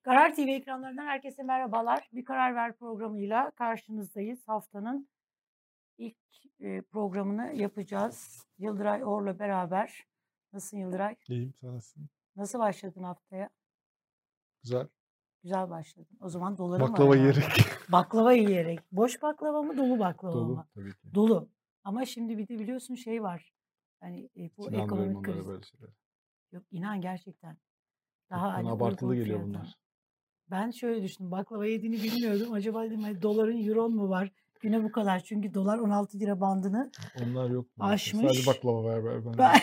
Karar TV ekranlarından herkese merhabalar. Bir Karar Ver programıyla karşınızdayız. Haftanın ilk programını yapacağız. Yıldıray Or'la beraber. Nasılsın Yıldıray? İyiyim, sen nasılsın? Nasıl başladın haftaya? Güzel. Güzel başladın. O zaman doların var Baklava herhalde. yiyerek. Baklava yiyerek. Boş baklava mı, dolu baklava Dolu mı? tabii ki. Dolu. Ama şimdi bir de biliyorsun şey var. Hani bu İnanmıyorum ekonomik onlara kriz. böyle şeyler. Yok inan gerçekten. Çok Daha bana hani abartılı uygun geliyor fiyata. bunlar. Ben şöyle düşündüm. Baklava yediğini bilmiyordum. Acaba dedim hani doların euro mu var? Güne bu kadar. Çünkü dolar 16 lira bandını Onlar yok maalesef. Sadece aşmış. baklava ver bana. Ben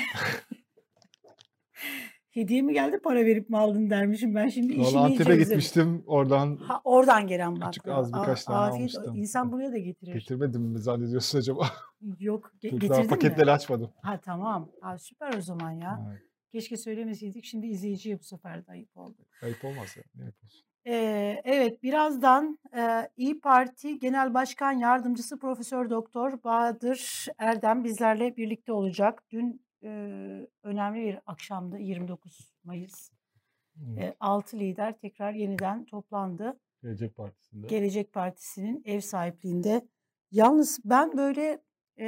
hediye mi geldi para verip mi aldın dermişim. Ben şimdi Valla işimi iyice Antep'e özledim. gitmiştim. Oradan Ha, oradan gelen küçük baklava. birkaç tane Afiyet. almıştım. İnsan buraya da getirir. Getirmedim mi zannediyorsun acaba? Yok Yok, daha getirdin mi? paketleri açmadım. Ha tamam. Ha, süper o zaman ya. Evet. Keşke söylemeseydik. Şimdi izleyiciye bu sefer de ayıp oldu. Ayıp olmaz ya. Ne ayıp olsun? Evet, birazdan İyi Parti Genel Başkan Yardımcısı Profesör Doktor Bahadır Erdem bizlerle birlikte olacak. Dün önemli bir akşamdı, 29 Mayıs. Evet. 6 lider tekrar yeniden toplandı. Gelecek Partisi'nde. Gelecek Partisi'nin ev sahipliğinde. Yalnız ben böyle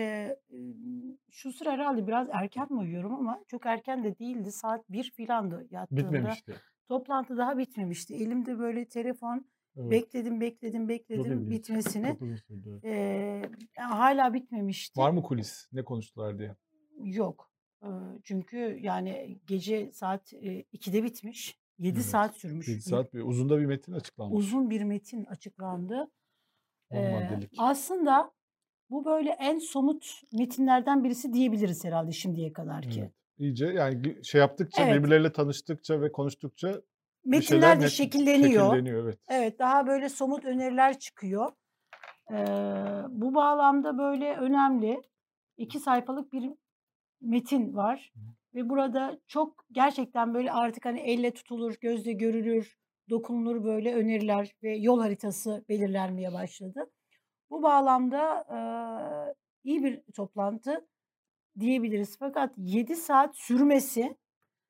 şu sıra herhalde biraz erken mi uyuyorum ama çok erken de değildi. Saat 1 filandı yattığımda. Bitmemişti. Toplantı daha bitmemişti. Elimde böyle telefon Evet. bekledim Çok ilginç. bitmesini. Çok uzun sürdü. Evet. Hala bitmemişti. Var mı kulis? Ne konuştular diye? Yok. Çünkü yani gece saat 2'de bitmiş. 7 Evet. saat sürmüş. 7 saat uzun da bir metin açıklanmış. Uzun bir metin açıklandı. 10 maddelik. Aslında bu böyle en somut metinlerden birisi diyebiliriz herhalde şimdiye kadarki. Evet. İyice yani şey yaptıkça, Evet. birbirleriyle tanıştıkça ve konuştukça bir Metinler şeyler de net şekilleniyor. evet. Evet, daha böyle somut öneriler çıkıyor. Bu bağlamda böyle önemli 2 sayfalık bir metin var ve burada çok gerçekten böyle artık hani elle tutulur, gözle görülür, dokunulur böyle öneriler ve yol haritası belirlenmeye başladı. Bu bağlamda iyi bir toplantı diyebiliriz. Fakat 7 saat sürmesi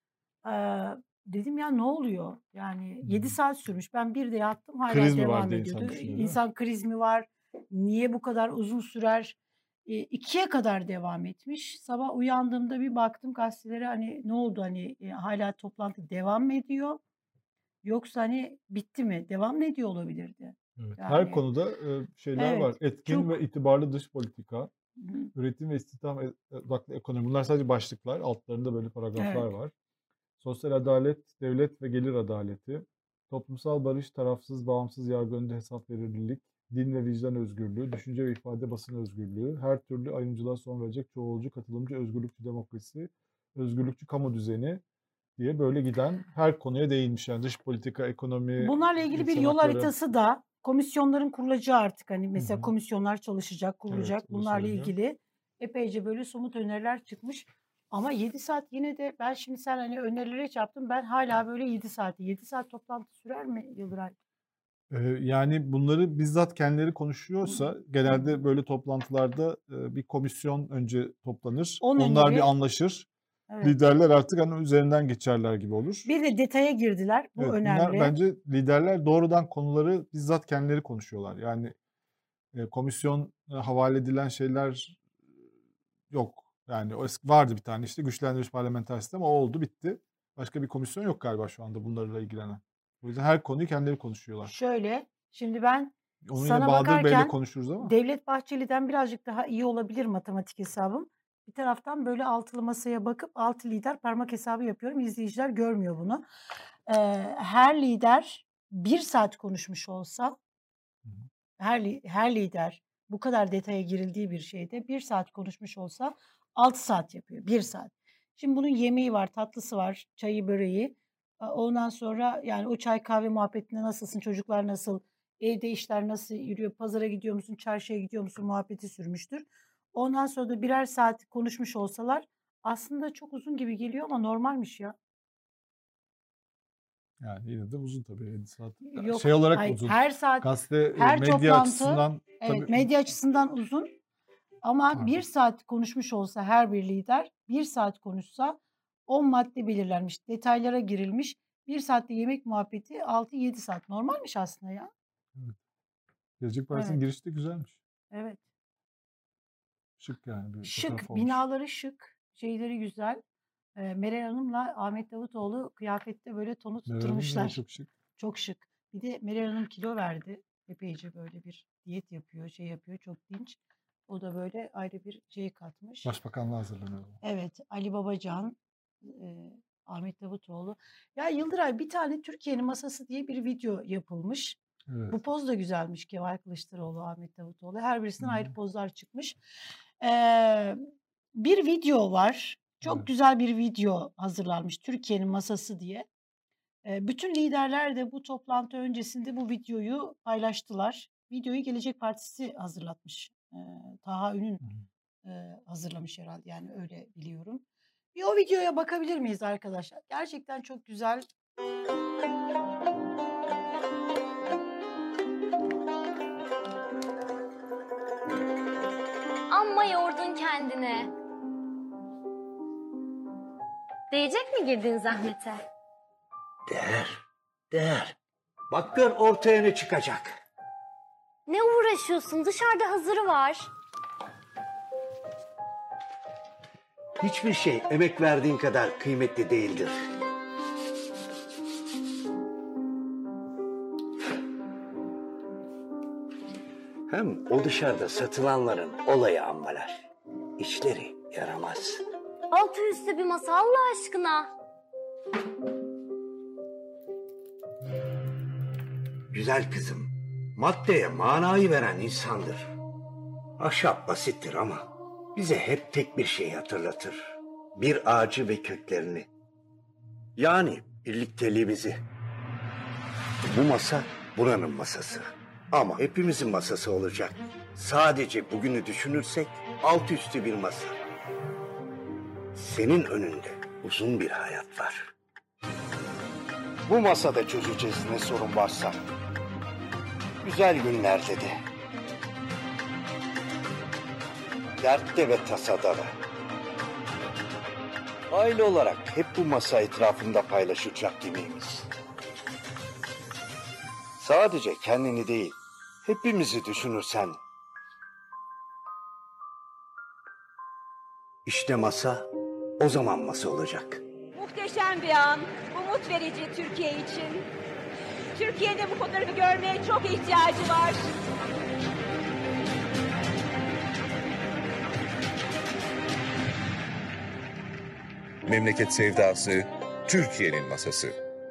dedim ya ne oluyor? Yani 7 saat sürmüş. Ben 1'de yattım hala Kriz mi var devam diye insan ediyordu. düşünüyor, değil mi? İnsan kriz mi var? Niye bu kadar uzun sürer? 2'ye kadar devam etmiş. Sabah uyandığımda bir baktım gazetelere hani ne oldu hani hala toplantı devam mı ediyor? Yoksa hani bitti mi? Devam mı ediyor olabilirdi? Evet. Her Yani konuda şeyler evet var. Etkin ve çok itibarlı dış politika, Hı, üretim ve istihdam odaklı ekonomi. Bunlar sadece başlıklar. Altlarında böyle paragraflar evet. var. Sosyal adalet, devlet ve gelir adaleti, toplumsal barış, tarafsız, bağımsız yargı önünde hesap verirlilik, din ve vicdan özgürlüğü, düşünce ve ifade basın özgürlüğü, her türlü ayrımcılığa son verecek çoğulcu, katılımcı, özgürlükçü demokrasi, özgürlükçü kamu düzeni diye böyle giden her konuya değinmiş. Yani dış politika, ekonomi, Bunlarla ilgili bir insan yol hakları. haritası da komisyonların kurulacağı artık hani Hı mesela hı. komisyonlar çalışacak, Evet, kurulacak. o da Bunlarla söyleniyor. ilgili epeyce böyle somut öneriler çıkmış. Ama 7 saat yine de ben şimdi sen hani önerileri yaptın. Ben hala böyle 7 saat toplantı sürer mi Yıldıray? Yani bunları bizzat kendileri konuşuyorsa Hı. genelde böyle toplantılarda bir komisyon önce toplanır. On Onlar bir öneri, anlaşır. evet. Liderler artık hani üzerinden geçerler gibi olur. Bir de detaya girdiler. Bu Evet, bunlar önemli. bence liderler doğrudan konuları bizzat kendileri konuşuyorlar. Yani komisyon havale edilen şeyler yok. Yani vardı bir tane işte güçlendirilmiş parlamenter sistem, o oldu bitti. Başka bir komisyon yok galiba şu anda bunlarla ilgilenen. O yüzden her konuyu kendileri konuşuyorlar. Şöyle, şimdi ben Onu yine sana Bahadır Bey'le bakarken konuşuruz ama. Devlet Bahçeli'den birazcık daha iyi olabilir matematik hesabım. Bir taraftan böyle altılı masaya bakıp 6 lider parmak hesabı yapıyorum. İzleyiciler görmüyor bunu. Her lider 1 saat konuşmuş olsa, Hı hı. her lider bu kadar detaya girildiği bir şeyde 1 saat konuşmuş olsa 6 saat yapıyor. 1 saat. Şimdi bunun yemeği var, tatlısı var, çayı, böreği. Ondan sonra yani o çay kahve muhabbetinde nasılsın, çocuklar nasıl, evde işler nasıl yürüyor, pazara gidiyor musun, çarşıya gidiyor musun muhabbeti sürmüştür. Ondan sonra da birer saat konuşmuş olsalar aslında çok uzun gibi geliyor ama normalmiş ya. Yani yine de uzun tabii 7 saat. Şey Yok, olarak hayır, uzun. her saat, Gazete, her medya toplantı açısından evet tabii medya açısından uzun. Ama 1 pardon. saat konuşmuş olsa her bir lider, 1 saat konuşsa 10 madde belirlenmiş, detaylara girilmiş. 1 saatte yemek muhabbeti 6-7 saat. Normalmiş aslında ya. Evet. Gelecek Partisi'nin Evet. girişi de güzelmiş. Evet. Şık yani bir Şık. fotoğraf olmuş. Binaları şık. Şeyleri güzel. Meral Hanım'la Ahmet Davutoğlu kıyafette böyle tonu Meral Hanım tutturmuşlar. çok şık. Çok şık. Bir de Meral Hanım kilo verdi. Epeyce böyle bir diyet yapıyor, şey yapıyor. Çok dinç. O da böyle ayrı bir şey katmış. Başbakanlığa hazırlanıyor. Evet, Ali Babacan, Ahmet Davutoğlu. Ya Yıldıray, bir tane Türkiye'nin Masası diye bir video yapılmış. Evet. Bu poz da güzelmiş. Kemal Kılıçdaroğlu, Ahmet Davutoğlu. Her birisinden ayrı Hı hı. pozlar çıkmış. Bir video var. Çok Evet. güzel bir video hazırlanmış. Türkiye'nin Masası diye. Bütün liderler de bu toplantı öncesinde bu videoyu paylaştılar. Videoyu Gelecek Partisi hazırlatmış. Taha Ünün Hı hı. hazırlamış herhalde, yani öyle biliyorum. Bir o videoya bakabilir miyiz arkadaşlar? Gerçekten çok güzel. Amma yordun kendini. Değecek mi girdiğin zahmete? Değer, değer. Bak gör ortaya ne çıkacak. Ne uğraşıyorsun? Dışarıda hazırı var. Hiçbir şey emek verdiğin kadar kıymetli değildir. Hem o dışarıda satılanların olayı ambalaj. İçleri yaramaz. Altı üstü bir masa Allah aşkına. Güzel kızım, maddeye manayı veren insandır. Ahşap basittir ama bize hep tek bir şey hatırlatır. Bir ağacı ve köklerini. Yani birlikteliğimizi. Bu masa buranın masası. Ama hepimizin masası olacak. Sadece bugünü düşünürsek alt üstü bir masa. Senin önünde uzun bir hayat var. Bu masada çözeceğiz ne sorun varsa. Güzel günlerde de. Dertte ve tasada da. Aile olarak hep bu masa etrafında paylaşacak gibiyimiz. Sadece kendini değil, hepimizi düşünürsen. İşte masa, o zaman masa olacak. Muhteşem bir an, umut verici Türkiye için. Türkiye'de bu fotoğrafı görmeye çok ihtiyacı var. Memleket sevdası, Türkiye'nin masası.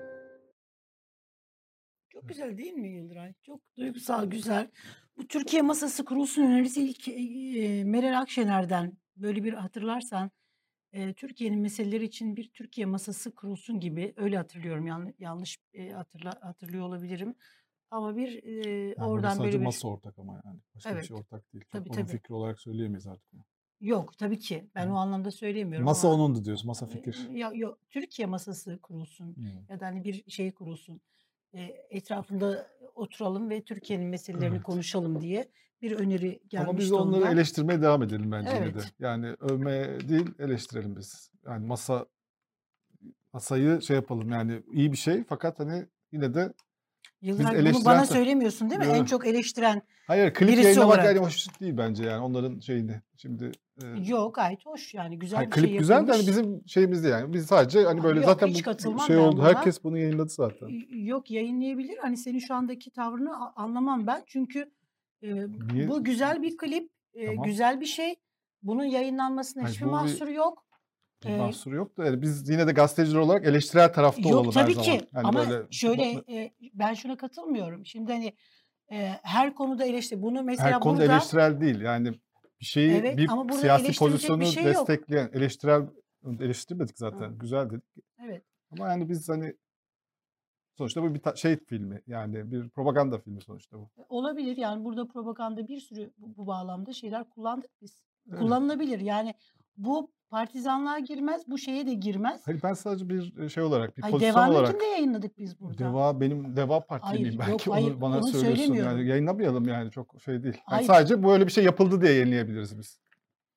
Çok güzel değil mi Yıldıray? Çok duygusal, güzel. Bu Türkiye Masası kurulsun önerisi ilk Meral Akşener'den, böyle bir hatırlarsan Türkiye'nin meseleleri için bir Türkiye Masası kurulsun gibi, öyle hatırlıyorum. Yanlış hatırlıyor olabilirim. Ama bir Yani burada oradan sadece böyle bir masa ortak ama yani. Başka bir evet, şey ortak değil. Çok tabii onun tabii. fikri olarak söyleyemeyiz artık bunu. Yok tabii ki. Ben Hı. o anlamda söylemiyorum Masa ama onundu diyorsun. Masa fikir. yok, Türkiye Masası kurulsun Hı. ya da hani bir şey kurulsun. Etrafında oturalım ve Türkiye'nin meselelerini Evet. konuşalım diye bir öneri Ama biz gelmişti de onları ondan. eleştirmeye devam edelim bence yine de. Evet. Yani övmeye değil, eleştirelim biz. Yani masayı şey yapalım, yani iyi bir şey fakat hani yine de biz Yıldıray, bunu bana eleştiren söylemiyorsun değil mi? En Yok. çok eleştiren Hayır, klip birisi yayınlamak yani olarak. hoş değil bence yani onların şeyini. Şimdi Yok, gayet hoş, yani güzel hayır, bir şey klip güzel de hani yapılmış. bizim şeyimiz değil yani. Biz sadece hani böyle Yok, zaten hiç bu katılmam şey ben oldu. buna. Herkes bunu yayınladı zaten. Yok, yayınlayabilir. Hani senin şu andaki tavrını anlamam ben. Çünkü Niye? bu güzel bir klip, Tamam. güzel bir şey. Bunun yayınlanmasına Hayır, hiçbir bu bir mahsuru yok. mahsuru yok da yani biz yine de gazeteciler olarak eleştirel tarafta Yok olalım her tabii zaman. ki, Hani ama böyle şöyle ben şuna katılmıyorum. Şimdi hani her konuda eleştiri. Bunu her mesela konuda burada eleştirel değil. Yani bir şeyi evet, bir ama burada siyasi eleştirilecek pozisyonu bir şey yok. destekleyen eleştirmedik Hı, zaten. Güzel dedik. evet. Ama yani biz hani sonuçta bu bir şey filmi. Yani bir propaganda filmi sonuçta bu. Olabilir, yani burada propaganda bir sürü bu bağlamda şeyler kullandık biz. Evet. Kullanılabilir. Yani bu partizanlığa girmez, bu şeye de girmez. Hayır, ben sadece bir şey olarak, bir Ay, pozisyon Deva'nınkini olarak de yayınladık biz burada. benim Deva Partili miyim Hayır, yok, belki hayır, onu bana onu söylüyorsun. Yani söylemiyorum. yayınlamayalım yani çok şey değil. Yani Hayır, sadece böyle bir şey yapıldı diye yayınlayabiliriz biz.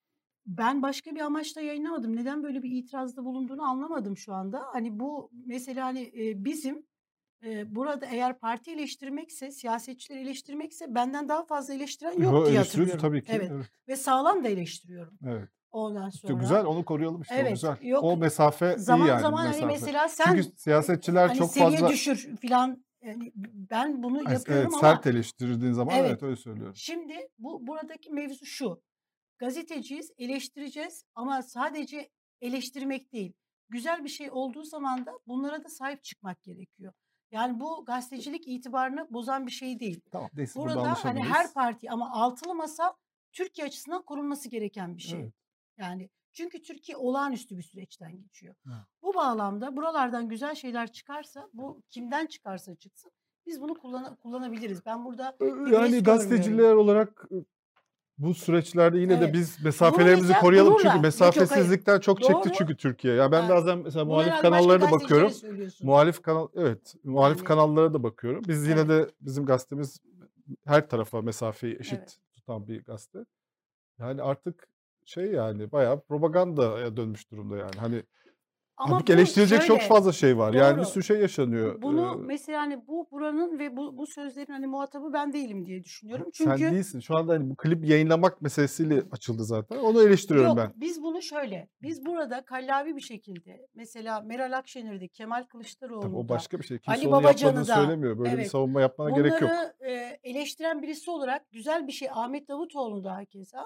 Ben başka bir amaçla yayınlamadım. Neden böyle bir itirazda bulunduğunu anlamadım şu anda. Hani bu mesela hani bizim burada eğer parti eleştirmekse, siyasetçileri eleştirmekse benden daha fazla eleştiren yok Yo, diye eleştiriyoruz hatırlıyorum. tabii ki. Evet. Evet. Ve sağlam da eleştiriyorum. Evet. Ondan İşte sonra. güzel, onu koruyalım işte, o Evet. güzel. Yok. O mesafe iyi Zaman yani, zaman hani mesafe. mesela Çünkü sen siyasetçiler hani çok seviye fazla düşür filan. Yani ben bunu evet, yapıyorum sert ama eleştirdiğin zaman evet evet. öyle söylüyorum. Şimdi buradaki mevzu şu. Gazeteciyiz, eleştireceğiz ama sadece eleştirmek değil. Güzel bir şey olduğu zaman da bunlara da sahip çıkmak gerekiyor. Yani bu gazetecilik itibarını bozan bir şey değil. Tamam, neyse burada Burada hani her anlaşabiliriz. parti ama altılı masa Türkiye açısından korunması gereken bir şey. Evet. Yani çünkü Türkiye olağanüstü bir süreçten geçiyor. Evet. Bu bağlamda buralardan güzel şeyler çıkarsa, bu kimden çıkarsa çıksın, biz bunu kullanabiliriz. Ben burada bir beis Yani görmüyorum. gazeteciler olarak bu süreçlerde yine de Evet. biz Bunu mesafelerimizi mesela koruyalım çünkü gururla, yok hayır. mesafesizlikten çok çekti Doğru. çünkü Türkiye. Ya ben Ha, bazen mesela bunu muhalif herhalde başka kanallara da gazetecilere bakıyorum. söylüyorsunuz. Muhalif Yani kanallara da bakıyorum. Biz yine evet, de bizim gazetemiz her tarafa mesafeyi eşit evet. tutan bir gazete. Yani artık yani bayağı propagandaya dönmüş durumda yani. Hani Ama halbuki bu eleştirecek çok şöyle, fazla şey var. Yani bir doğru. sürü şey yaşanıyor. Bunu mesela hani buranın ve bu sözlerin hani muhatabı ben değilim diye düşünüyorum. Sen Çünkü değilsin. Şu anda hani bu klip yayınlamak meselesiyle açıldı zaten. Onu eleştiriyorum ben. yok, biz bunu şöyle, biz burada kallavi bir şekilde mesela Meral Akşener'de, Kemal Tabii o Kılıçdaroğlu'nda, başka bir şey. Kimse Ali onu yapmadığını Babacan'ı da söylemiyor. Böyle bir evet savunma yapmana gerek yok. bunları eleştiren birisi olarak güzel bir şey Ahmet Davutoğlu da hakeza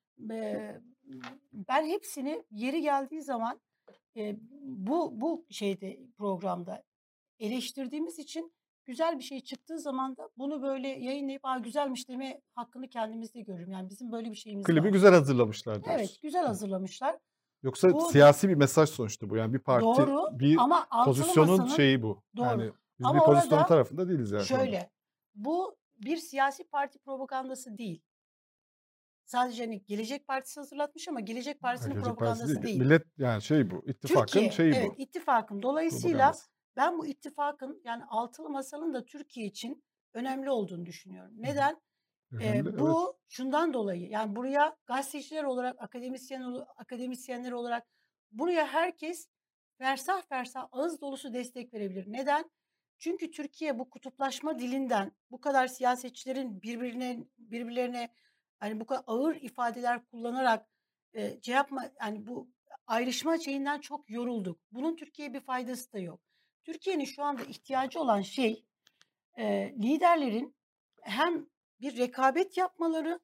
ben hepsini yeri geldiği zaman bu şeyde programda eleştirdiğimiz için güzel bir şey çıktığı zaman da bunu böyle yayınlayıp güzelmiş deme hakkını kendimizde görüyorum. Yani bizim böyle bir şeyimiz Klibi var. güzel hazırlamışlar Evet, diyorsun. güzel hazırlamışlar. Yoksa Bu siyasi bir mesaj sonuçta bu. Yani bir parti, doğru bir ama altılı pozisyonun masanın şeyi bu. doğru. Yani biz bir Ama pozisyonun orada tarafında değiliz yani şu anda. şöyle, bu bir siyasi parti propagandası değil. Sadece hani Gelecek Partisi hazırlatmış ama Gelecek Partisi'nin Gelecek Partisi propagandası değil. değil. Millet yani bu. İttifakın Türkiye, şeyi evet bu. ittifakın. Dolayısıyla Propagandası. ben bu ittifakın yani altılı masanın da Türkiye için önemli olduğunu düşünüyorum. Hı hı. Neden? Önemli, evet. Bu şundan dolayı yani buraya gazeteciler olarak, akademisyenler olarak buraya herkes fersah fersah ağız dolusu destek verebilir. Neden? Çünkü Türkiye bu kutuplaşma dilinden bu kadar siyasetçilerin birbirlerine hani bu kadar ağır ifadeler kullanarak yani bu ayrışma şeyinden çok yorulduk. Bunun Türkiye'ye bir faydası da yok. Türkiye'nin şu anda ihtiyacı olan şey liderlerin hem bir rekabet yapmaları,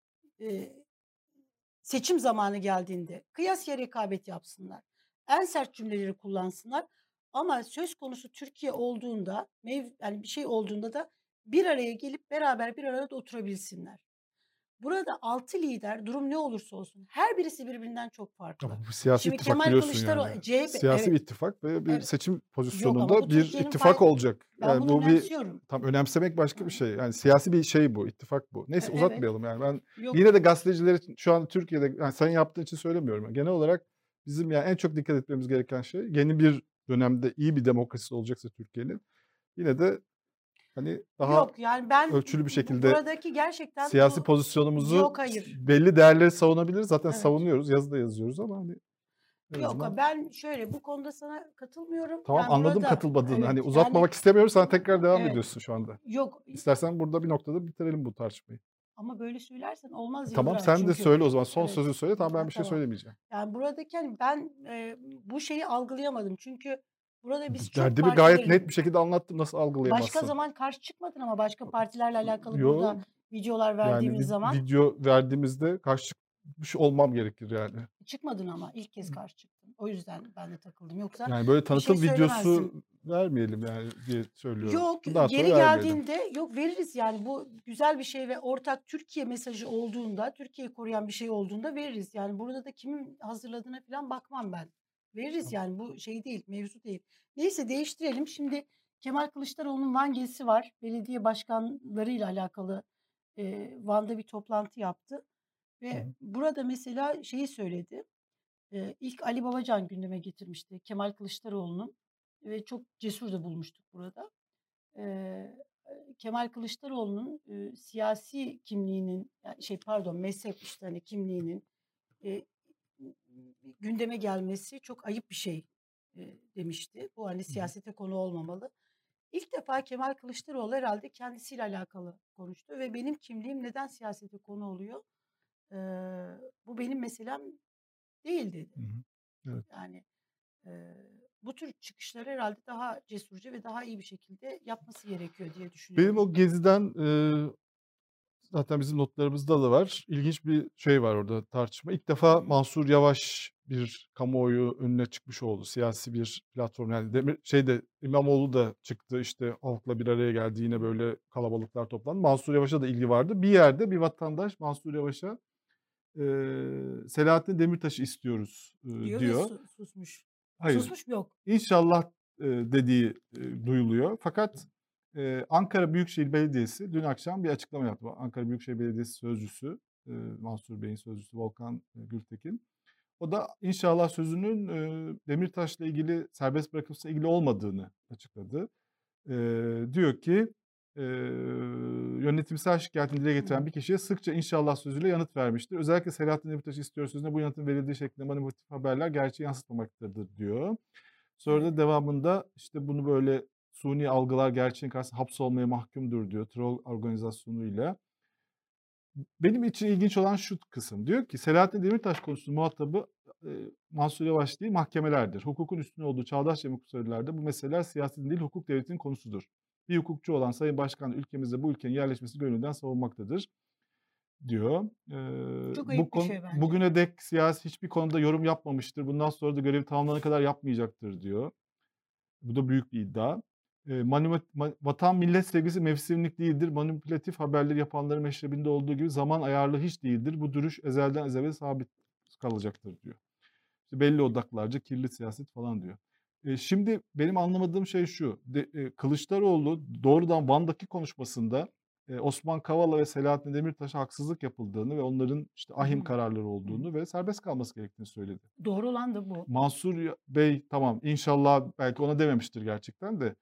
seçim zamanı geldiğinde kıyasıya rekabet yapsınlar. En sert cümleleri kullansınlar. Ama söz konusu Türkiye olduğunda, yani bir şey olduğunda da bir araya gelip beraber bir arada oturabilsinler. Burada 6 lider durum ne olursa olsun her birisi birbirinden çok farklı. Ama bu siyasi Şimdi ittifak Kemal biliyorsun Kılıçdaroğlu, yani. CHP, Siyasi bir evet, ittifak ve bir evet. seçim Yok ama pozisyonunda bu bir Türkiye'nin ittifak olacak. ben Yani bunu bu bir önemsiyorum. tam önemsemek başka bir şey. Yani siyasi bir şey bu, ittifak bu. Neyse Evet, uzatmayalım yani. Ben yok, yine de gazeteciler için şu an Türkiye'de yani sen yaptığın için söylemiyorum. Yani genel olarak bizim yani en çok dikkat etmemiz gereken şey yeni bir dönemde iyi bir demokrasi olacaksa Türkiye'nin yine de hani daha yok yani ben ölçülü bir şekilde buradaki gerçekten siyasi bu pozisyonumuzu yok hayır. belli değerleri savunabiliriz. Zaten Evet. savunuyoruz, yazıda yazıyoruz ama hani en Yok azından ben şöyle bu konuda sana katılmıyorum. tamam Yani anladım burada katılmadığını. Hani evet uzatmamak istemiyorum. Sen tekrar devam evet ediyorsun şu anda. yok İstersen burada bir noktada bitirelim bu tartışmayı. ama böyle söylersen olmaz Tamam Yıldıray sen de çünkü söyle o zaman. Son evet sözü söyle. Tamam ben bir şey tamam. söylemeyeceğim. Yani buradaki hani ben bu şeyi algılayamadım çünkü burada biz çok Derdimi gayet net partilerin bir şekilde anlattım. Nasıl başka algılayamazsın? zaman karşı çıkmadın ama başka partilerle alakalı Yo burada videolar yani verdiğimiz zaman video verdiğimizde karşı çıkmış olmam gerekir yani. çıkmadın ama ilk kez karşı çıktın. O yüzden ben de takıldım. Yoksa Yani böyle bir şey tanıtım videosu söylemezdim. vermeyelim yani diye söylüyorum. Yok Bundan sonra yeri vermeyelim. geldiğinde yok veririz yani bu güzel bir şey ve ortak Türkiye mesajı olduğunda Türkiye'yi koruyan bir şey olduğunda veririz. Yani burada da kimin hazırladığına falan bakmam ben. Veririz yani bu şey değil mevzu değil. Neyse değiştirelim. Şimdi Kemal Kılıçdaroğlu'nun Van gezisi var. Belediye başkanlarıyla alakalı Van'da bir toplantı yaptı. Hı Ve hı. burada mesela şeyi söyledi. İlk Ali Babacan gündeme getirmişti Kemal Kılıçdaroğlu'nun ve çok cesur da bulmuştuk burada. Kemal Kılıçdaroğlu'nun siyasi kimliğinin, yani pardon mezhep işte hani kimliğinin gündeme gelmesi çok ayıp bir şey demişti. Bu hani siyasete konu olmamalı. İlk defa Kemal Kılıçdaroğlu herhalde kendisiyle alakalı konuştu ve benim kimliğim neden siyasete konu oluyor? Bu benim meselem değil dedi. Hı hı. Evet. Yani bu tür çıkışları herhalde daha cesurca ve daha iyi bir şekilde yapması gerekiyor diye Benim düşünüyorum. o geziden zaten bizim notlarımızda da var. İlginç bir şey var orada tartışma. İlk defa Mansur Yavaş bir kamuoyu önüne çıkmış oldu. Siyasi bir platform. Yani İmamoğlu da çıktı işte halkla bir araya geldi. Yine böyle kalabalıklar toplandı. Mansur Yavaş'a da ilgi vardı. Bir yerde bir vatandaş Mansur Yavaş'a Selahattin Demirtaş'ı istiyoruz Diyor ve diyor. susmuş. Hayır. Susmuş mu? Yok. İnşallah dediği duyuluyor. Fakat Ankara Büyükşehir Belediyesi dün akşam bir açıklama yaptı. Ankara Büyükşehir Belediyesi sözcüsü, Mansur Bey'in sözcüsü Volkan Gültekin. O da inşallah sözünün Demirtaş'la ilgili serbest bırakılsa ilgili olmadığını açıkladı. Diyor ki yönetimsel şikayetini dile getiren bir kişiye sıkça inşallah sözüyle yanıt vermiştir. Özellikle Selahattin Demirtaş'ı istiyor sözüne bu yanıtın verildiği şeklinde manipülatif haberler gerçeği yansıtmamaktadır diyor. Sonra da devamında işte bunu böyle suni algılar gerçeğin karşısında hapsolmaya mahkumdur diyor troll organizasyonuyla. Benim için ilginç olan şu kısım. Diyor ki Selahattin Demirtaş konusunun muhatabı Mansur Yavaş değil mahkemelerdir. Hukukun üstüne olduğu çağdaş demokrasilerde bu meseleler siyasetin değil hukuk devletinin konusudur. Bir hukukçu olan Sayın Başkan ülkemizde bu ülkenin yerleşmesi gönlünden savunmaktadır diyor. Çok ayıp bir şey bence. Bugüne dek siyasi hiçbir konuda yorum yapmamıştır. Bundan sonra da görevi tamamlanana kadar yapmayacaktır diyor. Bu da büyük bir iddia. Vatan millet sevgisi mevsimlik değildir. Manipülatif haberleri yapanların meşrebinde olduğu gibi zaman ayarlı hiç değildir. Bu duruş ezelden ezele sabit kalacaktır diyor. İşte belli odaklarca kirli siyaset falan diyor. Şimdi benim anlamadığım şey şu. Kılıçdaroğlu doğrudan Van'daki konuşmasında Osman Kavala ve Selahattin Demirtaş'a haksızlık yapıldığını ve onların işte ahim kararları olduğunu ve serbest kalması gerektiğini söyledi. Doğru olan da bu. Mansur Bey tamam inşallah belki ona dememiştir gerçekten de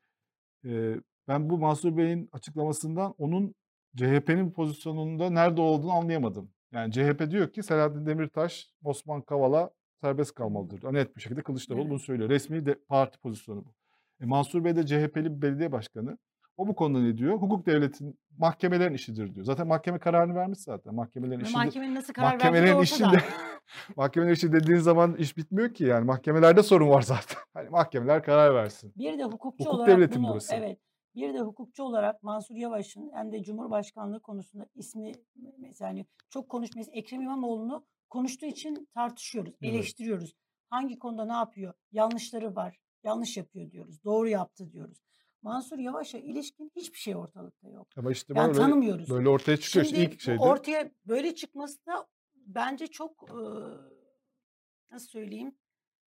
ben bu Mansur Bey'in açıklamasından onun CHP'nin pozisyonunda nerede olduğunu anlayamadım. Yani CHP diyor ki Selahattin Demirtaş, Osman Kavala serbest kalmalıdır. Net bir şekilde Kılıçdaroğlu bunu söylüyor. Resmi parti pozisyonu bu. Mansur Bey de CHP'li bir belediye başkanı. O bu konuda ne diyor? Hukuk devletin mahkemelerin işidir diyor. Zaten mahkeme kararını vermiş zaten. Mahkemelerin işi. Mahkemenin nasıl karar verdiği de ortada. Mahkemeler işi dediğin zaman iş bitmiyor ki yani. Mahkemelerde sorun var zaten. Hani mahkemeler karar versin. Bir de hukukçu Hukuk olarak devletin bunu, burası. evet. Bir de hukukçu olarak Mansur Yavaş'ın hem de Cumhurbaşkanlığı konusunda ismi mesela hani çok konuşmayız. Ekrem İmamoğlu'nu konuştuğu için tartışıyoruz, eleştiriyoruz. Hangi konuda ne yapıyor? Yanlışları var. Yanlış yapıyor diyoruz. Doğru yaptı diyoruz. Mansur Yavaş'a ilişkin hiçbir şey ortalıkta yok. Ama işte Yani böyle, tanımıyoruz. böyle ortaya çıkıyor. Şimdi İlk şeyde. ortaya böyle çıkması da bence çok nasıl söyleyeyim?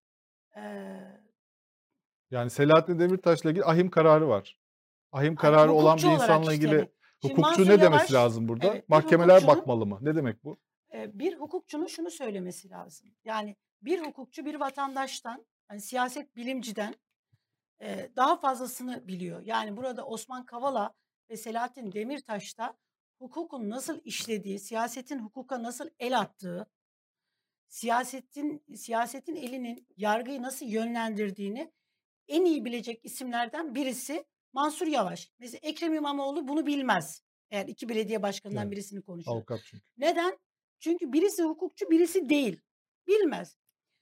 Yani Selahattin Demirtaş'la ilgili ahim kararı var. Ahim kararı olan bir hukukçu olarak insanla işte ilgili hani. Şimdi hukukçu Mansur ne demesi Yavaş, lazım burada? evet, bir Mahkemeler hukukçunun- bakmalı mı? Ne demek bu? Bir hukukçunun şunu söylemesi lazım. Yani bir hukukçu bir vatandaştan, hani siyaset bilimciden daha fazlasını biliyor. Yani burada Osman Kavala ve Selahattin Demirtaş'ta hukukun nasıl işlediği, siyasetin hukuka nasıl el attığı, siyasetin elinin yargıyı nasıl yönlendirdiğini en iyi bilecek isimlerden birisi Mansur Yavaş. Mesela Ekrem İmamoğlu bunu bilmez. Eğer iki belediye başkanından Evet. birisini konuşuyor. Avukat çünkü. Neden? Çünkü birisi hukukçu, birisi değil. Bilmez.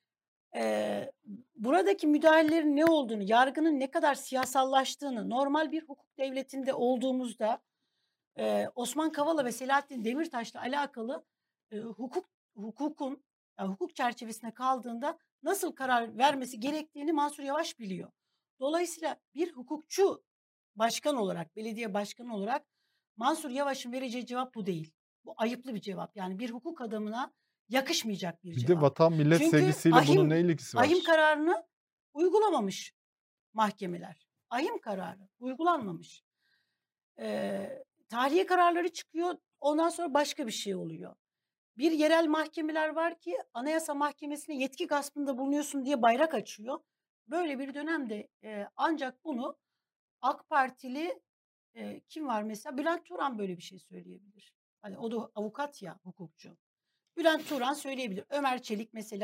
Buradaki müdahalelerin ne olduğunu, yargının ne kadar siyasallaştığını, normal bir hukuk devletinde olduğumuzda Osman Kavala ve Selahattin Demirtaş'la alakalı hukukun yani hukuk çerçevesine kaldığında nasıl karar vermesi gerektiğini Mansur Yavaş biliyor. Dolayısıyla bir hukukçu başkan olarak, belediye başkanı olarak Mansur Yavaş'ın vereceği cevap bu değil. Bu ayıplı bir cevap. Yani bir hukuk adamına yakışmayacak bir Bir cevap. de vatan millet Çünkü sevgisiyle bunun ne ilgisi var? ahim kararını uygulamamış mahkemeler. Ahim kararı uygulanmamış. Tahliye kararları çıkıyor. Ondan sonra başka bir şey oluyor. Bir yerel mahkemeler var ki Anayasa Mahkemesi'ne yetki gaspında bulunuyorsun diye bayrak açıyor. Böyle bir dönemde ancak bunu AK Partili kim var mesela? Bülent Turan böyle bir şey söyleyebilir. Hani o da avukat ya, hukukçu. Bülent Turan söyleyebilir. Ömer Çelik mesela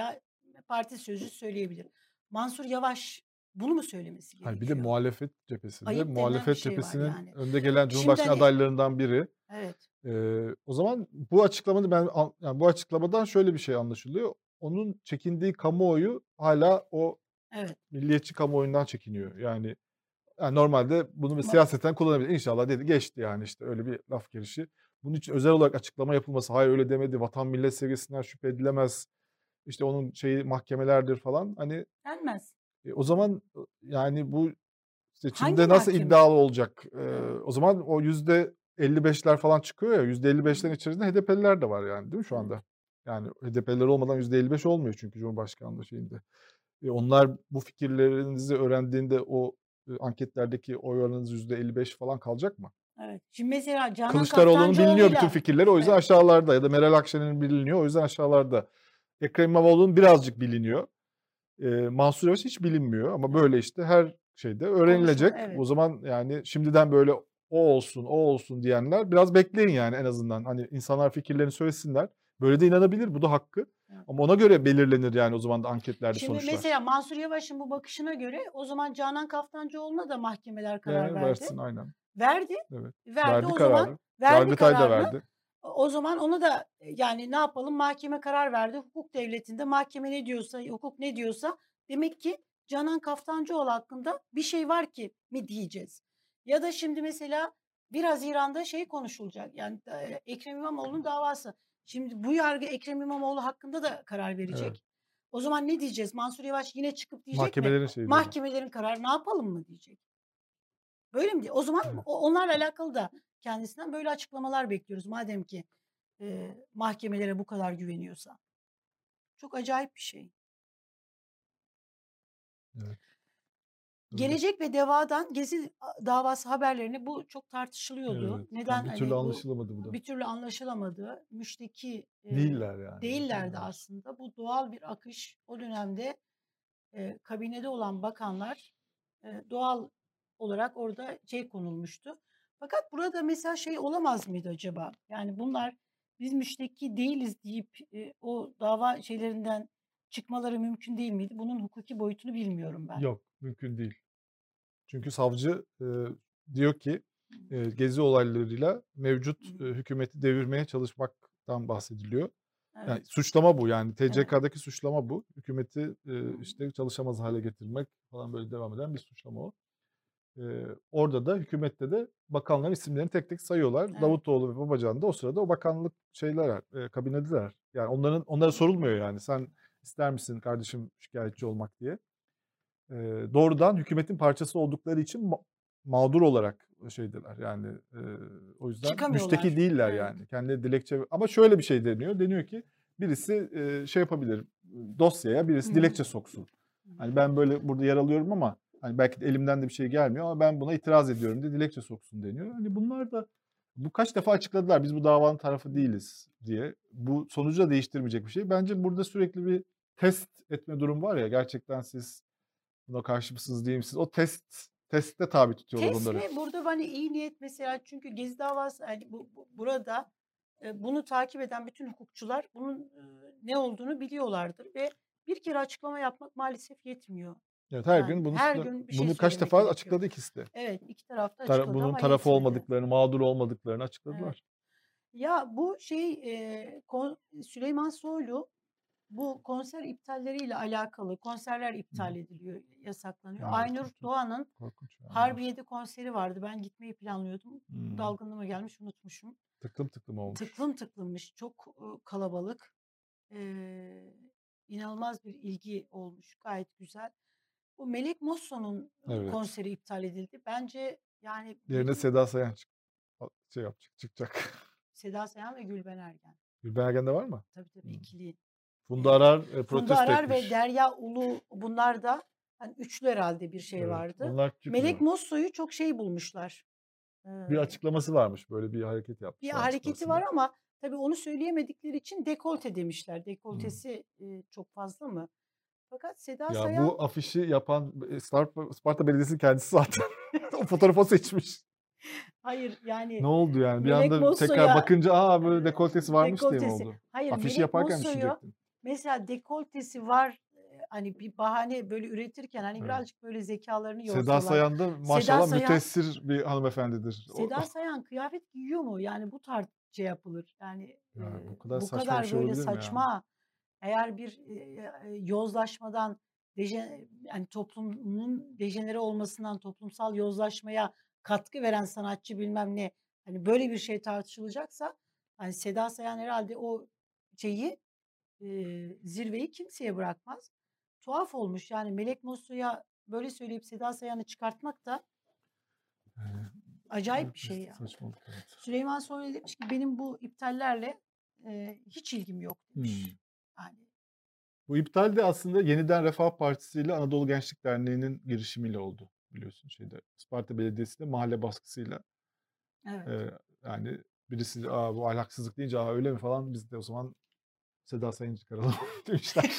parti sözcüsü söyleyebilir. Mansur Yavaş bunu mu söylemesi Hayır, bir de gerekiyor? muhalefet cephesinde. Ayıp denilen bir Muhalefet şey var cephesinin yani. önde gelen Şimdi Cumhurbaşkanı hani adaylarından biri. evet. O zaman bu açıklamanı yani bu açıklamadan şöyle bir şey anlaşılıyor. Onun çekindiği kamuoyu hala o Evet. milliyetçi kamuoyundan çekiniyor. Yani normalde bunu bir Ama siyaseten kullanabilir. İnşallah dedi geçti yani işte öyle bir laf gelişi. Bunun için özel olarak açıklama yapılması, hayır öyle demedi, vatan millet sevgisinden şüphe edilemez, işte onun şeyi mahkemelerdir falan. Hani denmez. o zaman yani bu Hangi seçimde nasıl mahkeme? iddialı olacak? Evet. O zaman o %55'ler falan çıkıyor ya, %55'lerin içerisinde HDP'liler de var yani, değil mi şu Evet. anda? Yani HDP'liler olmadan %55 olmuyor çünkü Cumhurbaşkanlığı şeyinde. Onlar bu fikirlerinizi öğrendiğinde o anketlerdeki oy oranınız %55 falan kalacak mı? Evet. Şimdi mesela Canan Kılıçdaroğlu'nun biliniyor bütün Kaftancıoğlu'yla fikirleri, o yüzden evet. aşağılarda, ya da Meral Akşener'in biliniyor, o yüzden aşağılarda. Ekrem İmamoğlu'nun birazcık biliniyor. Mansur Yavaş hiç bilinmiyor ama Evet. böyle işte her şeyde Konuşma öğrenilecek. O evet. zaman yani şimdiden böyle o olsun, o olsun diyenler biraz bekleyin yani en azından. Hani insanlar fikirlerini söylesinler. Böyle de inanabilir, bu da hakkı. Evet. Ama ona göre belirlenir yani o zaman da anketlerde Şimdi sonuçlar. mesela Mansur Yavaş'ın bu bakışına göre o zaman Canan Kaftancıoğlu'na da mahkemeler karar Yani verdi. versin aynen. Verdi. Evet. Verdi o kararı. zaman verdi Yargıtay da kararını. verdi. O zaman ona da yani ne yapalım, mahkeme karar verdi. Hukuk devletinde mahkeme ne diyorsa, hukuk ne diyorsa demek ki Canan Kaftancıoğlu hakkında bir şey var ki mi diyeceğiz. Ya da şimdi mesela 1 Haziran'da şey konuşulacak. Yani Ekrem İmamoğlu'nun davası. Şimdi bu yargı Ekrem İmamoğlu hakkında da karar verecek. Evet. O zaman ne diyeceğiz? Mansur Yavaş yine çıkıp diyecek mi? Mahkemelerin şeyi diyorlar. Mahkemelerin kararı ne yapalım mı diyecek. Böyle mi diye? O zaman Evet. onlarla alakalı da kendisinden böyle açıklamalar bekliyoruz. Madem ki mahkemelere bu kadar güveniyorsa. Çok acayip bir şey. Evet. Öyle. Gelecek ve Deva'dan Gezi davası haberlerini bu çok tartışılıyordu. Evet. Neden Bir türlü hani bu anlaşılamadı bu da. bir türlü anlaşılamadı. Müşteki Değiller yani. değillerdi Evet. aslında. Bu doğal bir akış. O dönemde kabinede olan bakanlar doğal olarak orada şey konulmuştu. Fakat burada mesela şey olamaz mıydı acaba? Yani bunlar biz müşteki değiliz deyip o dava şeylerinden çıkmaları mümkün değil miydi? Bunun hukuki boyutunu bilmiyorum ben. Yok, mümkün değil. Çünkü savcı diyor ki gezi olaylarıyla mevcut hükümeti devirmeye çalışmaktan bahsediliyor. Evet. Yani suçlama bu yani Evet. TCK'daki suçlama bu. Hükümeti işte çalışamaz hale getirmek falan, böyle devam eden bir suçlama o. Orada da hükümette de bakanların isimlerini tek tek sayıyorlar. Evet. Davutoğlu ve Babacan da o sırada o bakanlık kabinedeler. Yani onlara sorulmuyor yani sen ister misin kardeşim şikayetçi olmak diye. Doğrudan hükümetin parçası oldukları için mağdur olarak şeydiler yani, o yüzden Çıkamıyorlar. müşteki değiller Evet. yani. Kendileri dilekçe, ama şöyle bir şey deniyor. Deniyor ki birisi şey yapabilir, dosyaya birisi dilekçe soksun. Hani ben böyle burada yer alıyorum ama hani belki de elimden de bir şey gelmiyor ama ben buna itiraz ediyorum diye dilekçe soksun deniyor. Hani bunlar da bu kaç defa açıkladılar biz bu davanın tarafı değiliz diye. Bu sonucu da değiştirmeyecek bir şey. Bence burada sürekli bir test etme durum var ya, gerçekten siz buna karşı mısınız değil misiniz? O testte tabi tutuyorlar Test onları. mi? Burada hani iyi niyet mesela, çünkü Gezi davası hani burada bunu takip eden bütün hukukçular bunun ne olduğunu biliyorlardır ve bir kere açıklama yapmak maalesef yetmiyor. Evet, her Yani gün her gün bir şey bunu kaç söylemek defa gerekiyor. açıkladı ikisi de. Evet, iki tarafta açıkladı Bunun ama tarafı yetmedi. olmadıklarını, mağdur olmadıklarını açıkladılar. Evet. Ya bu şey Süleyman Soylu bu konser iptalleriyle alakalı, konserler iptal ediliyor, yasaklanıyor. Evet, Aynur çok Doğan'ın korkunç yani. Harbiye'de konseri vardı. Ben gitmeyi planlıyordum. Hmm. Dalgınlığıma gelmiş, unutmuşum. Tıklım tıklım olmuş. Tıklım tıklımmış. Çok kalabalık. İnanılmaz bir ilgi olmuş. Gayet güzel. Bu Melek Mosso'nun Evet. konseri iptal edildi. Bence yani Yerine Seda Sayan çıkacak. Seda Sayan ve Gülben Ergen. Gülben Ergen'de var mı? Tabii ikili. Funda Arar Funda protesto Arar etmiş. ve Derya Ulu, bunlar da hani üçlü herhalde bir şey Evet, vardı. onlar çıkmıyor. Melek Mosso'yu çok şey bulmuşlar. Bir açıklaması varmış, böyle bir hareket yapmış. Bir hareketi var ama tabii onu söyleyemedikleri için dekolte demişler. Dekoltesi çok fazla mı? Fakat Seda Ya Sayan bu afişi yapan Sparta Belediyesi'nin kendisi zaten. O fotoğrafı seçmiş. hayır yani Ne oldu yani? Bir Melek anda Mosso'ya tekrar bakınca böyle dekoltesi varmış diye mi dekoltesi. oldu? Hayır, Afişi Melek yaparken Mosso'yu düşünecektin. mesela dekoltesi var, hani bir bahane böyle üretirken hani Evet. birazcık böyle zekalarını Seda yorsalar. Sayan da Seda maşallah Sayan mütessir bir hanımefendidir. Seda Sayan kıyafet giyiyor mu? Yani bu tarz şey yapılır. Yani Ya bu kadar bu saçma bir kadar şey böyle olabilir mi ya? saçma, eğer bir yozlaşmadan yani toplumun dejenere olmasından toplumsal yozlaşmaya katkı veren sanatçı bilmem ne, hani böyle bir şey tartışılacaksa hani Seda Sayan herhalde o şeyi zirveyi kimseye bırakmaz. Tuhaf olmuş yani Melek Mosso'ya böyle söyleyip Seda Sayan'ı çıkartmak da acayip bir şey ya. Saçmalık, evet. Süleyman Soylu demiş ki benim bu iptallerle hiç ilgim yok demiş. Yani Bu iptal de aslında Yeniden Refah Partisi ile Anadolu Gençlik Derneği'nin girişimiyle oldu biliyorsun şeyde. Isparta Belediyesi'nde mahalle baskısıyla evet. yani birisi bu ahlaksızlık deyince öyle mi falan biz de o zaman Seda Sayın'ı çıkaralım demişler.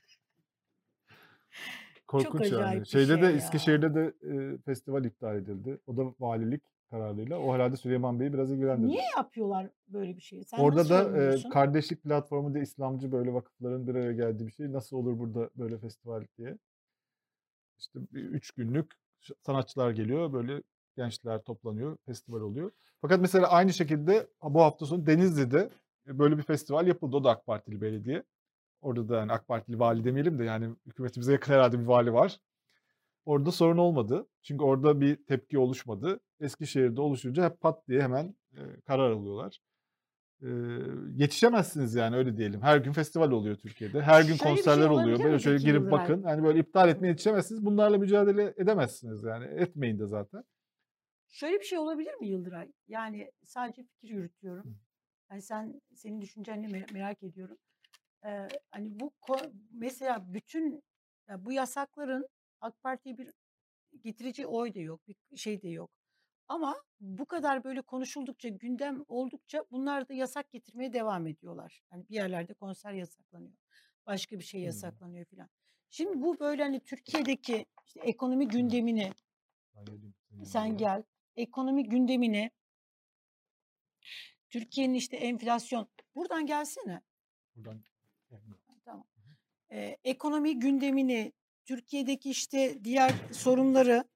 Çok Korkunç yani. acayip bir Şeyde şey de ya. Eskişehir'de de festival iptal edildi. O da valilik kararıyla. O herhalde Süleyman Bey'i biraz ilgilendirdi. Niye yapıyorlar böyle bir şeyi? Sen Orada nasıl da yorumluyorsun? kardeşlik platformu da İslamcı böyle vakıfların bir araya geldiği bir şey. Nasıl olur burada böyle festival diye. İşte 3 günlük sanatçılar geliyor. Böyle gençler toplanıyor. Festival oluyor. Fakat mesela aynı şekilde bu hafta sonu Denizli'de böyle bir festival yapıldı. O da AK Partili belediye. Orada da yani AK Partili vali demeyelim de yani hükümetimize yakın herhalde bir vali var. Orada sorun olmadı. Çünkü orada bir tepki oluşmadı. Eskişehir'de oluşunca hep pat diye hemen karar alıyorlar. Yetişemezsiniz yani öyle diyelim. Her gün festival oluyor Türkiye'de. Her gün Şöyle bir şey konserler oluyor. olabilir Böyle mi şöyle peki girip Yıldıray? bakın. Yani böyle iptal etmeye yetişemezsiniz. Bunlarla mücadele edemezsiniz yani. Etmeyin de zaten. Şöyle bir şey olabilir mi Yıldıray? Yani sadece fikir yürütüyorum. Yani senin düşüncenini merak ediyorum. Hani mesela bütün bu yasakların AK Parti'ye bir getirici oy da yok, bir şey de yok. Ama bu kadar böyle konuşuldukça, gündem oldukça bunlar da yasak getirmeye devam ediyorlar. Hani bir yerlerde konser yasaklanıyor. Başka bir şey yasaklanıyor filan. Şimdi bu böyle hani Türkiye'deki işte ekonomi gündemini sen gel. Ekonomi gündemini, Türkiye'nin işte enflasyon. Buradan gelsene. Buradan Tamam. Ekonomi gündemini, Türkiye'deki işte diğer sorunları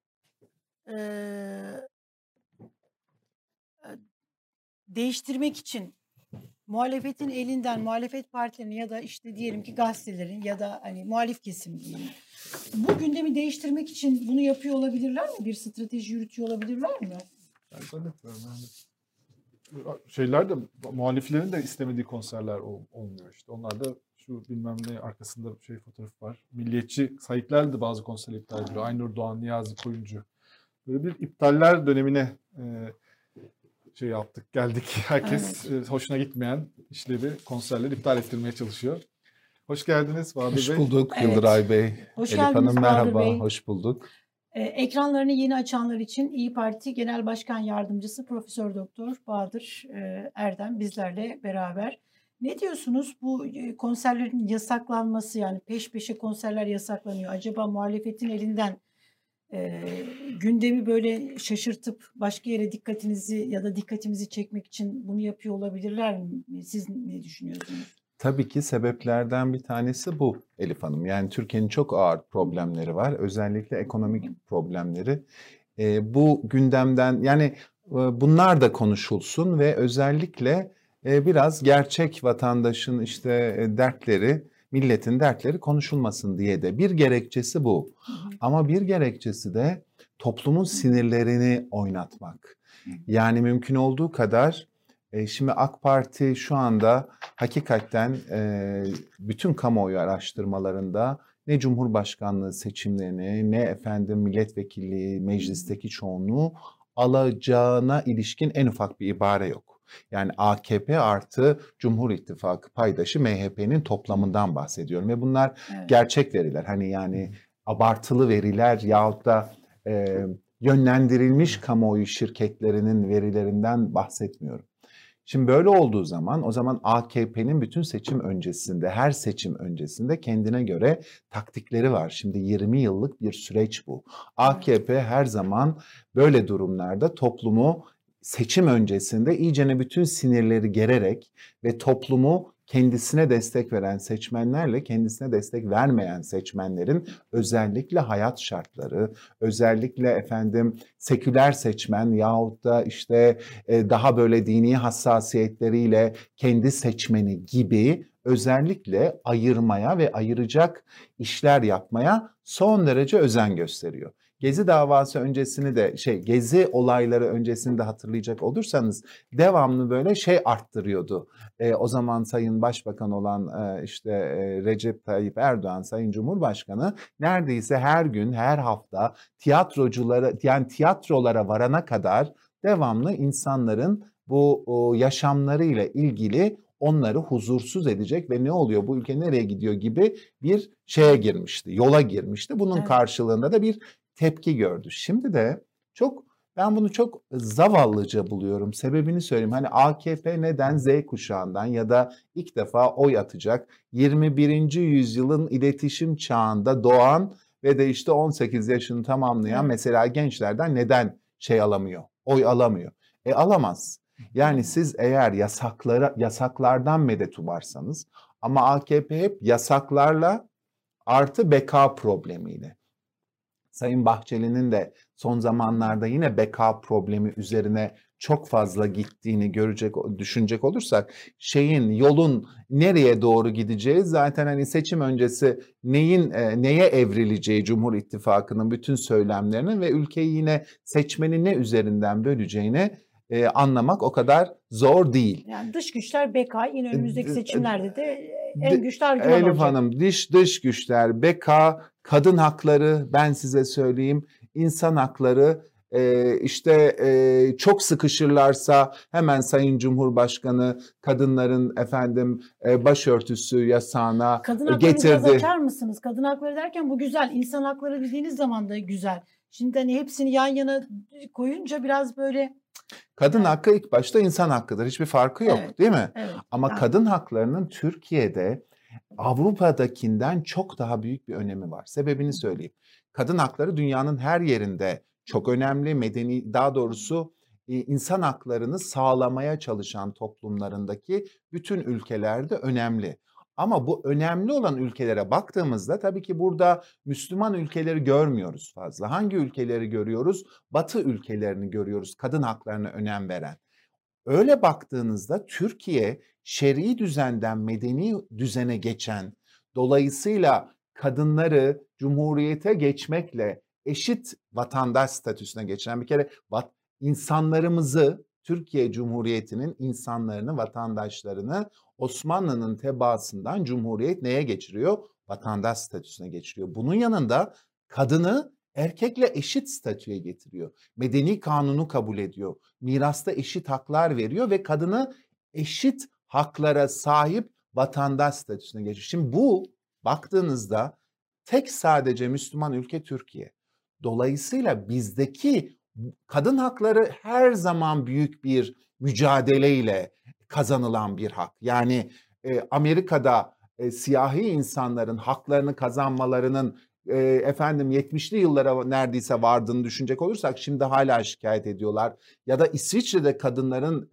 değiştirmek için muhalefetin elinden, muhalefet partilerinin ya da işte diyelim ki gazetelerin ya da hani muhalif kesim diyeyim. Bu gündemi değiştirmek için bunu yapıyor olabilirler mi? Bir strateji yürütüyor olabilirler mi? Ben zannetmiyorum yani. Şeyler de muhaliflerin de istemediği konserler olmuyor işte. Onlar da şu bilmem ne arkasında fotoğraf var. Milliyetçi sayıklarla da bazı konser iptal ediliyor. Aynur Doğan, Niyazi Koyuncu. Böyle bir iptaller dönemine yaptık, geldik. Herkes hoşuna gitmeyen işleri, konserleri iptal ettirmeye çalışıyor. Hoş geldiniz Bahadır Bey. Hoş bulduk Evet. Yıldıray Bey. Hoş Elif geldiniz Hanım Bahadır merhaba, Bey. hoş bulduk. Ekranlarını yeni açanlar için İyi Parti Genel Başkan Yardımcısı Profesör Doktor Bahadır Erdem bizlerle beraber. Ne diyorsunuz bu konserlerin yasaklanması, yani peş peşe konserler yasaklanıyor. Acaba muhalefetin elinden gündemi böyle şaşırtıp başka yere dikkatimizi çekmek için bunu yapıyor olabilirler mi? Siz ne düşünüyorsunuz? Tabii ki sebeplerden bir tanesi bu Elif Hanım. Yani Türkiye'nin çok ağır problemleri var. Özellikle ekonomik problemleri. Bu gündemden yani bunlar da konuşulsun ve özellikle biraz gerçek vatandaşın işte dertleri, milletin dertleri konuşulmasın diye de bir gerekçesi bu. Ama bir gerekçesi de toplumun sinirlerini oynatmak. Yani mümkün olduğu kadar şimdi AK Parti şu anda hakikaten bütün kamuoyu araştırmalarında ne Cumhurbaşkanlığı seçimlerini ne milletvekilliği meclisteki çoğunluğu alacağına ilişkin en ufak bir ibare yok. Yani AKP artı Cumhur İttifakı paydaşı MHP'nin toplamından bahsediyorum ve bunlar gerçek veriler. Hani yani abartılı veriler yahut da yönlendirilmiş kamuoyu şirketlerinin verilerinden bahsetmiyorum. Şimdi böyle olduğu zaman o zaman AKP'nin bütün seçim öncesinde, her seçim öncesinde kendine göre taktikleri var. Şimdi 20 yıllık bir süreç bu. AKP her zaman böyle durumlarda toplumu seçim öncesinde iyicene bütün sinirleri gererek ve toplumu kendisine destek veren seçmenlerle kendisine destek vermeyen seçmenlerin özellikle hayat şartları, özellikle efendim seküler seçmen yahut da işte daha böyle dini hassasiyetleriyle kendi seçmeni gibi özellikle ayırmaya ve ayıracak işler yapmaya son derece özen gösteriyor. Gezi davası öncesini de Gezi olayları öncesini de hatırlayacak olursanız devamlı böyle arttırıyordu. O zaman Sayın Başbakan olan Recep Tayyip Erdoğan, Sayın Cumhurbaşkanı neredeyse her gün, her hafta tiyatrolara varana kadar devamlı insanların bu yaşamlarıyla ilgili onları huzursuz edecek ve ne oluyor, bu ülke nereye gidiyor gibi bir yola girmişti. Bunun karşılığında da bir tepki gördü. Şimdi de ben bunu çok zavallıca buluyorum. Sebebini söyleyeyim. Hani AKP neden Z kuşağından ya da ilk defa oy atacak 21. yüzyılın iletişim çağında doğan ve de işte 18 yaşını tamamlayan mesela gençlerden neden alamıyor, oy alamıyor? Alamaz. Yani siz eğer yasaklardan medet umarsanız ama AKP hep yasaklarla artı beka problemiyle. Sayın Bahçeli'nin de son zamanlarda yine beka problemi üzerine çok fazla gittiğini düşünecek olursak yolun nereye doğru gideceği zaten hani seçim öncesi neye evrileceği Cumhur İttifakı'nın bütün söylemlerinin ve ülkeyi yine seçmeni ne üzerinden böleceğini anlamak o kadar zor değil. Yani dış güçler beka yine önümüzdeki seçimlerde de en güçlü argüman olacak. Elif Hanım dış güçler beka, kadın hakları ben size söyleyeyim, insan hakları çok sıkışırlarsa hemen Sayın Cumhurbaşkanı kadınların başörtüsü yasağına kadın haklarını biraz açar mısınız? Kadın hakları derken bu güzel. İnsan hakları dediğiniz zaman da güzel. Şimdi hani hepsini yan yana koyunca biraz böyle... Kadın hakkı ilk başta insan hakkıdır. Hiçbir farkı yok, değil mi? Evet, ama kadın haklarının Türkiye'de Avrupa'dakinden çok daha büyük bir önemi var. Sebebini söyleyeyim. Kadın hakları dünyanın her yerinde çok önemli. Daha doğrusu insan haklarını sağlamaya çalışan toplumlarındaki bütün ülkelerde önemli. Ama bu önemli olan ülkelere baktığımızda tabii ki burada Müslüman ülkeleri görmüyoruz fazla. Hangi ülkeleri görüyoruz? Batı ülkelerini görüyoruz, kadın haklarına önem veren. Öyle baktığınızda Türkiye şer'i düzenden medeni düzene geçen, dolayısıyla kadınları cumhuriyete geçmekle eşit vatandaş statüsüne geçiren bir kere insanlarımızı, Türkiye Cumhuriyeti'nin insanlarını, vatandaşlarını Osmanlı'nın tebaasından Cumhuriyet neye geçiriyor? Vatandaş statüsüne geçiriyor. Bunun yanında kadını erkekle eşit statüye getiriyor. Medeni kanunu kabul ediyor. Mirasta eşit haklar veriyor ve kadını eşit haklara sahip vatandaş statüsüne geçiriyor. Şimdi bu baktığınızda sadece Müslüman ülke Türkiye. Dolayısıyla bizdeki kadın hakları her zaman büyük bir mücadeleyle kazanılan bir hak. Yani Amerika'da siyahi insanların haklarını kazanmalarının 70'li yıllara neredeyse vardığını düşünecek olursak şimdi hala şikayet ediyorlar. Ya da İsviçre'de kadınların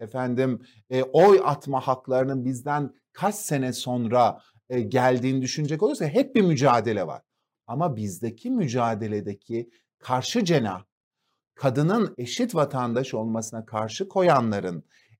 oy atma haklarının bizden kaç sene sonra geldiğini düşünecek olursak hep bir mücadele var. Ama bizdeki mücadeledeki karşı cenah, kadının eşit vatandaş olmasına karşı koyanların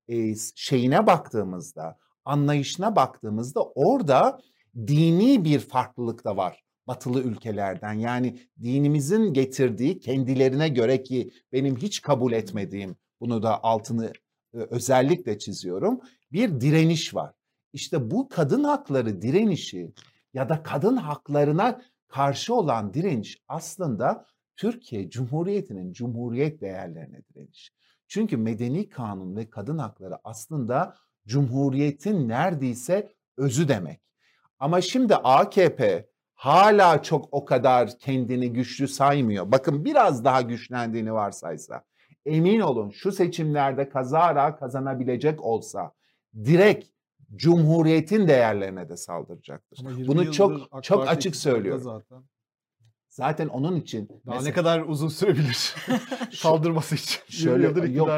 baktığımızda, anlayışına baktığımızda orada dini bir farklılık da var batılı ülkelerden. Yani dinimizin getirdiği kendilerine göre ki benim hiç kabul etmediğim, bunu da altını özellikle çiziyorum, bir direniş var. İşte bu kadın hakları direnişi ya da kadın haklarına karşı olan direniş aslında Türkiye Cumhuriyeti'nin cumhuriyet değerlerine direniş. Çünkü medeni kanun ve kadın hakları aslında cumhuriyetin neredeyse özü demek. Ama şimdi AKP hala çok o kadar kendini güçlü saymıyor. Bakın biraz daha güçlendiğini varsaysa, emin olun şu seçimlerde kazara kazanabilecek olsa direkt cumhuriyetin değerlerine de saldıracaktır. Bunu çok açık söylüyorum. Zaten onun için... Daha ne kadar uzun sürebilir saldırması için? 20 yıldır iktidarda.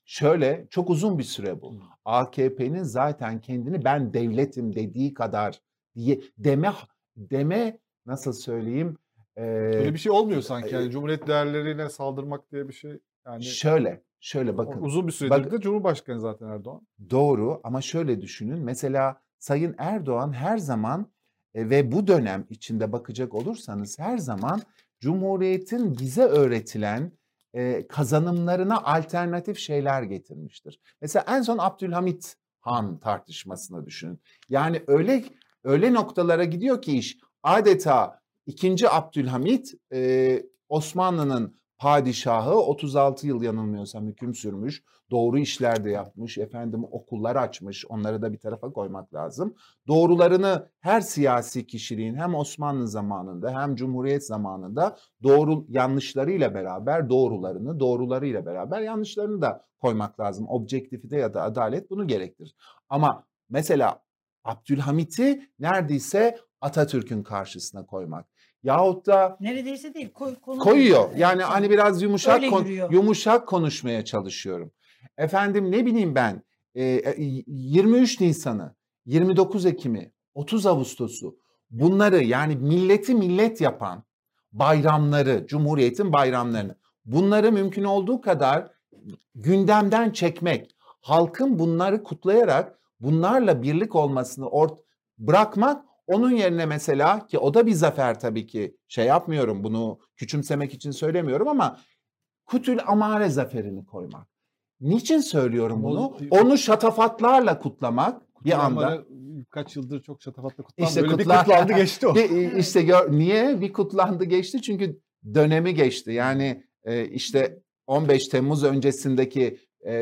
Şöyle çok uzun bir süre bu. AKP'nin zaten kendini ben devletim dediği kadar diye deme nasıl söyleyeyim? Öyle bir şey olmuyor sanki. Yani Cumhuriyet değerlerine saldırmak diye bir şey. Yani Şöyle bakın. uzun bir süredir de Cumhurbaşkanı zaten Erdoğan. Doğru ama şöyle düşünün. Mesela Sayın Erdoğan her zaman ve bu dönem içinde bakacak olursanız her zaman Cumhuriyet'in bize öğretilen kazanımlarına alternatif şeyler getirmiştir. Mesela en son Abdülhamit Han tartışmasını düşünün. Yani öyle noktalara gidiyor ki iş adeta 2. Abdülhamit Osmanlı'nın padişahı 36 yıl yanılmıyorsam hüküm sürmüş. Doğru işler de yapmış. Efendim okullar açmış. Onları da bir tarafa koymak lazım. Doğrularını her siyasi kişiliğin hem Osmanlı zamanında hem Cumhuriyet zamanında yanlışlarıyla beraber doğrularıyla beraber yanlışlarını da koymak lazım. Objektifite ya da adalet bunu gerektirir. Ama mesela Abdülhamit'i neredeyse Atatürk'ün karşısına koymak. Yahut da Neredeyse değil koyuyor. Evet, Yani hani biraz yürüyor. yumuşak konuşmaya çalışıyorum. Efendim ne bileyim ben 23 Nisan'ı, 29 Ekim'i, 30 Ağustos'u bunları yani milleti millet yapan bayramları, Cumhuriyet'in bayramlarını bunları mümkün olduğu kadar gündemden çekmek, halkın bunları kutlayarak bunlarla birlik olmasını bırakmak, onun yerine mesela ki o da bir zafer tabii ki yapmıyorum bunu küçümsemek için söylemiyorum ama Kutül Amare zaferini koymak. Niçin söylüyorum bunu? Onu şatafatlarla kutlamak bir anda. Kaç yıldır çok şatafatla kutlandı. İşte bir kutlandı geçti o. Niye bir kutlandı geçti? Çünkü dönemi geçti. Yani işte 15 Temmuz öncesindeki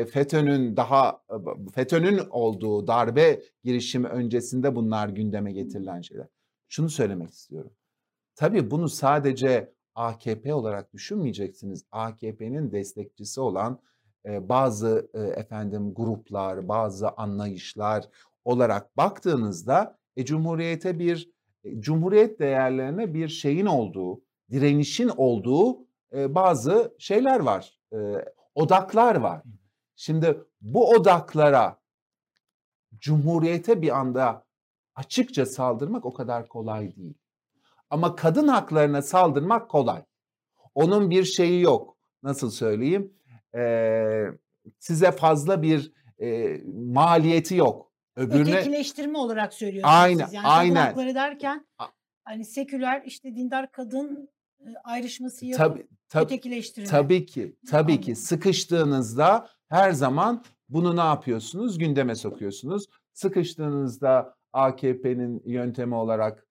FETÖ'nün olduğu darbe girişimi öncesinde bunlar gündeme getirilen şeyler. Şunu söylemek istiyorum. Tabii bunu sadece AKP olarak düşünmeyeceksiniz. AKP'nin destekçisi olan bazı gruplar, bazı anlayışlar olarak baktığınızda Cumhuriyet değerlerine bir şeyin olduğu, direnişin olduğu bazı şeyler var, odaklar var. Şimdi bu odaklara Cumhuriyete bir anda açıkça saldırmak o kadar kolay değil. Ama kadın haklarına saldırmak kolay. Onun bir şeyi yok. Nasıl söyleyeyim? Size fazla bir maliyeti yok. Ötekileştirme olarak söylüyorsunuz siz. Yani aynen. kadın hakları derken hani seküler işte dindar kadın ayrışması yapıp ötekileştirme. Tabii ki sıkıştığınızda her zaman bunu ne yapıyorsunuz? Gündeme sokuyorsunuz. Sıkıştığınızda AKP'nin yöntemi olarak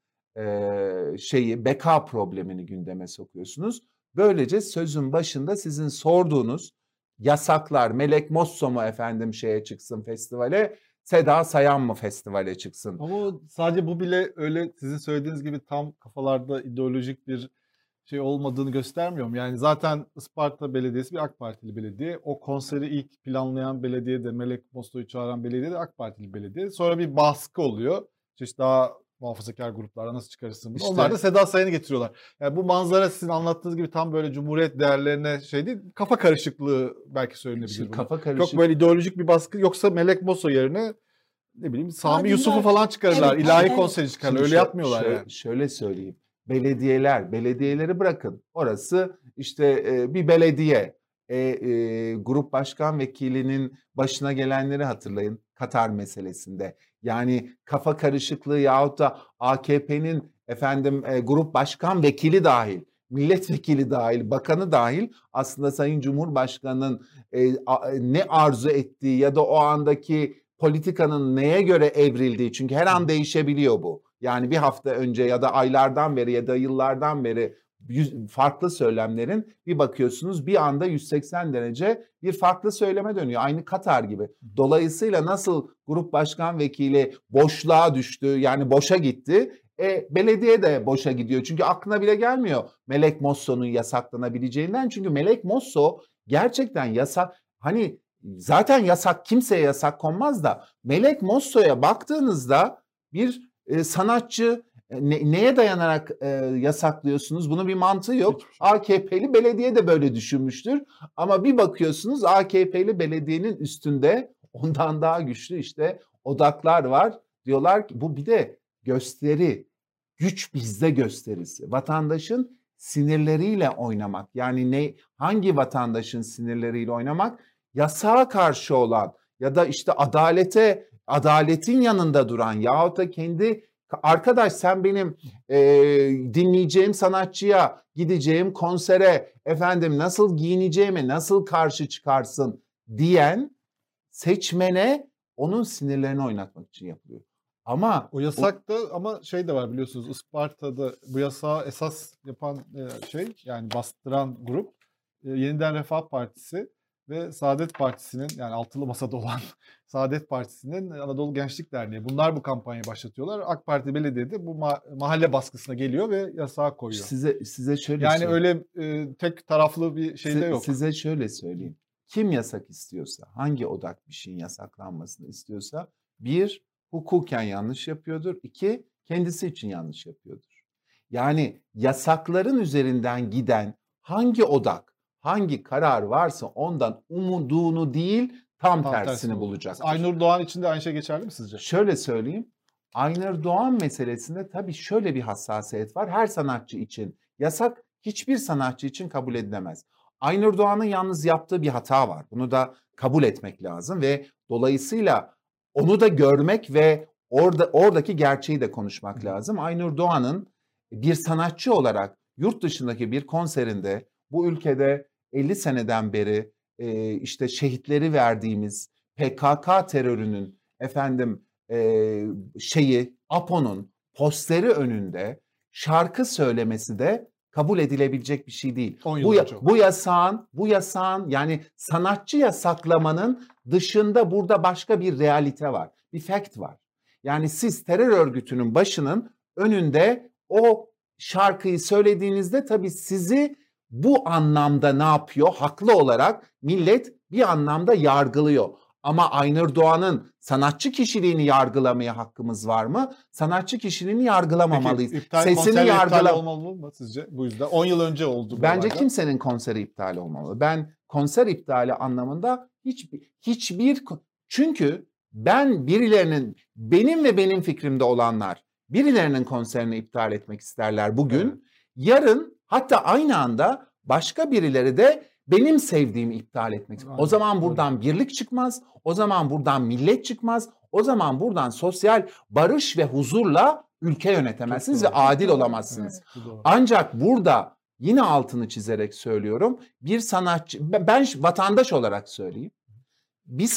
beka problemini gündeme sokuyorsunuz. Böylece sözün başında sizin sorduğunuz yasaklar, Melek Mosso mu çıksın festivale, Seda Sayan mı festivale çıksın? Ama sadece bu bile öyle sizin söylediğiniz gibi tam kafalarda ideolojik bir şey olmadığını göstermiyor mu? Yani zaten Isparta Belediyesi bir AK Partili belediye. O konseri ilk planlayan belediye de, Melek Mosso'yu çağıran belediye de AK Partili belediye. Sonra bir baskı oluyor. İşte daha muhafazakar gruplara nasıl çıkarırsın bunu? Onlar da Seda Sayan'ı getiriyorlar. Yani bu manzara sizin anlattığınız gibi tam böyle Cumhuriyet değerlerine değil, kafa karışıklığı belki söylenebilir. Çok böyle ideolojik bir baskı, yoksa Melek Mosso yerine ne bileyim Sami Yusuf'u falan çıkarırlar. İlahi konseri çıkarırlar. Öyle yapmıyorlar yani. Şöyle söyleyeyim. Belediyeleri bırakın. Orası işte bir belediye. Grup başkan vekilinin başına gelenleri hatırlayın Katar meselesinde. Yani kafa karışıklığı yahut da AKP'nin grup başkan vekili dahil, milletvekili dahil, bakanı dahil aslında Sayın Cumhurbaşkanı'nın ne arzu ettiği ya da o andaki politikanın neye göre evrildiği, çünkü her an değişebiliyor bu. Yani bir hafta önce ya da aylardan beri ya da yıllardan beri farklı söylemlerin bir bakıyorsunuz bir anda 180 derece bir farklı söyleme dönüyor. Aynı Katar gibi. Dolayısıyla nasıl grup başkan vekili boşluğa düştü, yani boşa gitti, belediye de boşa gidiyor. Çünkü aklına bile gelmiyor Melek Mosso'nun yasaklanabileceğinden. Çünkü Melek Mosso gerçekten yasak. Hani zaten kimseye yasak konmaz da Melek Mosso'ya baktığınızda bir sanatçı, Neye dayanarak yasaklıyorsunuz? Bunun bir mantığı yok. Hiçbir şey. AKP'li belediye de böyle düşünmüştür. Ama bir bakıyorsunuz AKP'li belediyenin üstünde ondan daha güçlü işte odaklar var. Diyorlar ki bu bir de gösteri. Güç bizde gösterisi. Vatandaşın sinirleriyle oynamak. Yani hangi vatandaşın sinirleriyle oynamak? Yasağa karşı olan ya da işte adaletin yanında duran yahut da kendi arkadaş sen benim dinleyeceğim sanatçıya, gideceğim konsere, efendim nasıl giyineceğime nasıl karşı çıkarsın diyen seçmene onun sinirlerini oynatmak için yapılıyor. Ama O yasak da ama şey de var biliyorsunuz, Isparta'da bu yasağı esas yapan yani bastıran grup Yeniden Refah Partisi ve Saadet Partisi'nin, yani altılı masada olan Saadet Partisi'nin Anadolu Gençlik Derneği. Bunlar bu kampanyayı başlatıyorlar. AK Parti belediyede bu mahalle baskısına geliyor ve yasağı koyuyor. size şöyle Yani öyle tek taraflı bir şey de yok. Size şöyle söyleyeyim. Kim yasak istiyorsa, hangi odak bir şeyin yasaklanmasını istiyorsa, bir, hukuken yanlış yapıyordur. İki, kendisi için yanlış yapıyordur. Yani yasakların üzerinden giden hangi odak, hangi karar varsa ondan umduğunu değil, tam tersini bulacaktır. Aynur Doğan için de aynı şey geçerli mi sizce? Şöyle söyleyeyim. Aynur Doğan meselesinde tabii şöyle bir hassasiyet var. Her sanatçı için yasak, hiçbir sanatçı için kabul edilemez. Aynur Doğan'ın yalnız yaptığı bir hata var. Bunu da kabul etmek lazım ve dolayısıyla onu da görmek ve oradaki gerçeği de konuşmak lazım. Aynur Doğan'ın bir sanatçı olarak yurt dışındaki bir konserinde bu ülkede 50 seneden beri işte şehitleri verdiğimiz PKK terörünün APO'nun posteri önünde şarkı söylemesi de kabul edilebilecek bir şey değil. Bu yasağın yani sanatçı yasaklamanın dışında burada başka bir realite var. Bir fact var. Yani siz terör örgütünün başının önünde o şarkıyı söylediğinizde tabii sizi bu anlamda ne yapıyor? Haklı olarak millet bir anlamda yargılıyor. Ama Aynur Doğan'ın sanatçı kişiliğini yargılamaya hakkımız var mı? Sanatçı kişiliğini yargılamamalıyız. Sesini iptal olmalı mı sizce bu yüzden? 10 yıl önce oldu. Bence kimsenin konseri iptal olmamalı. Ben konser iptali anlamında çünkü benim ve benim fikrimde olanlar birilerinin konserini iptal etmek isterler bugün. Evet. Yarın hatta aynı anda başka birileri de benim sevdiğimi iptal etmek ister. O zaman buradan birlik çıkmaz. O zaman buradan millet çıkmaz. O zaman buradan sosyal barış ve huzurla ülke yönetemezsiniz ve adil olamazsınız. Evet, ancak burada yine altını çizerek söylüyorum. Bir sanatçı, ben vatandaş olarak söyleyeyim. Bir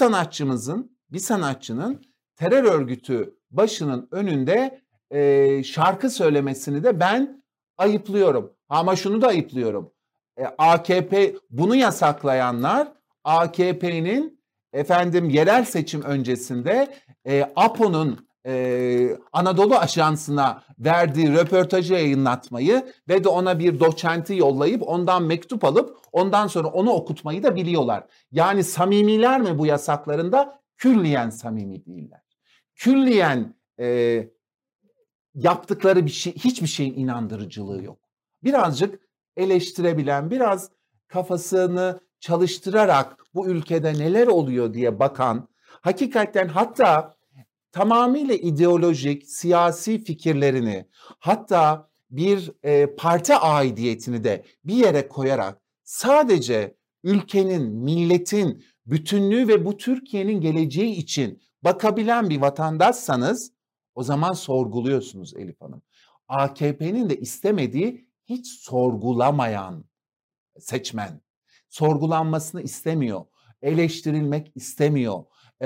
sanatçının terör örgütü başının önünde şarkı söylemesini de ben ayıplıyorum. Ama şunu da ayıplıyorum. AKP bunu yasaklayanlar AKP'nin yerel seçim öncesinde APO'nun Anadolu Ajansı'na verdiği röportajı yayınlatmayı ve de ona bir doçenti yollayıp ondan mektup alıp ondan sonra onu okutmayı da biliyorlar. Yani samimiler mi bu yasaklarında? Külliyen samimi değiller. Külliyen yaptıkları hiçbir şeyin inandırıcılığı yok. Birazcık eleştirebilen, biraz kafasını çalıştırarak bu ülkede neler oluyor diye bakan, hakikaten hatta tamamıyla ideolojik, siyasi fikirlerini, hatta bir parti aidiyetini de bir yere koyarak sadece ülkenin, milletin bütünlüğü ve bu Türkiye'nin geleceği için bakabilen bir vatandaşsanız o zaman sorguluyorsunuz Elif Hanım. AKP'nin de istemediği hiç sorgulamayan seçmen. Sorgulanmasını istemiyor. Eleştirilmek istemiyor.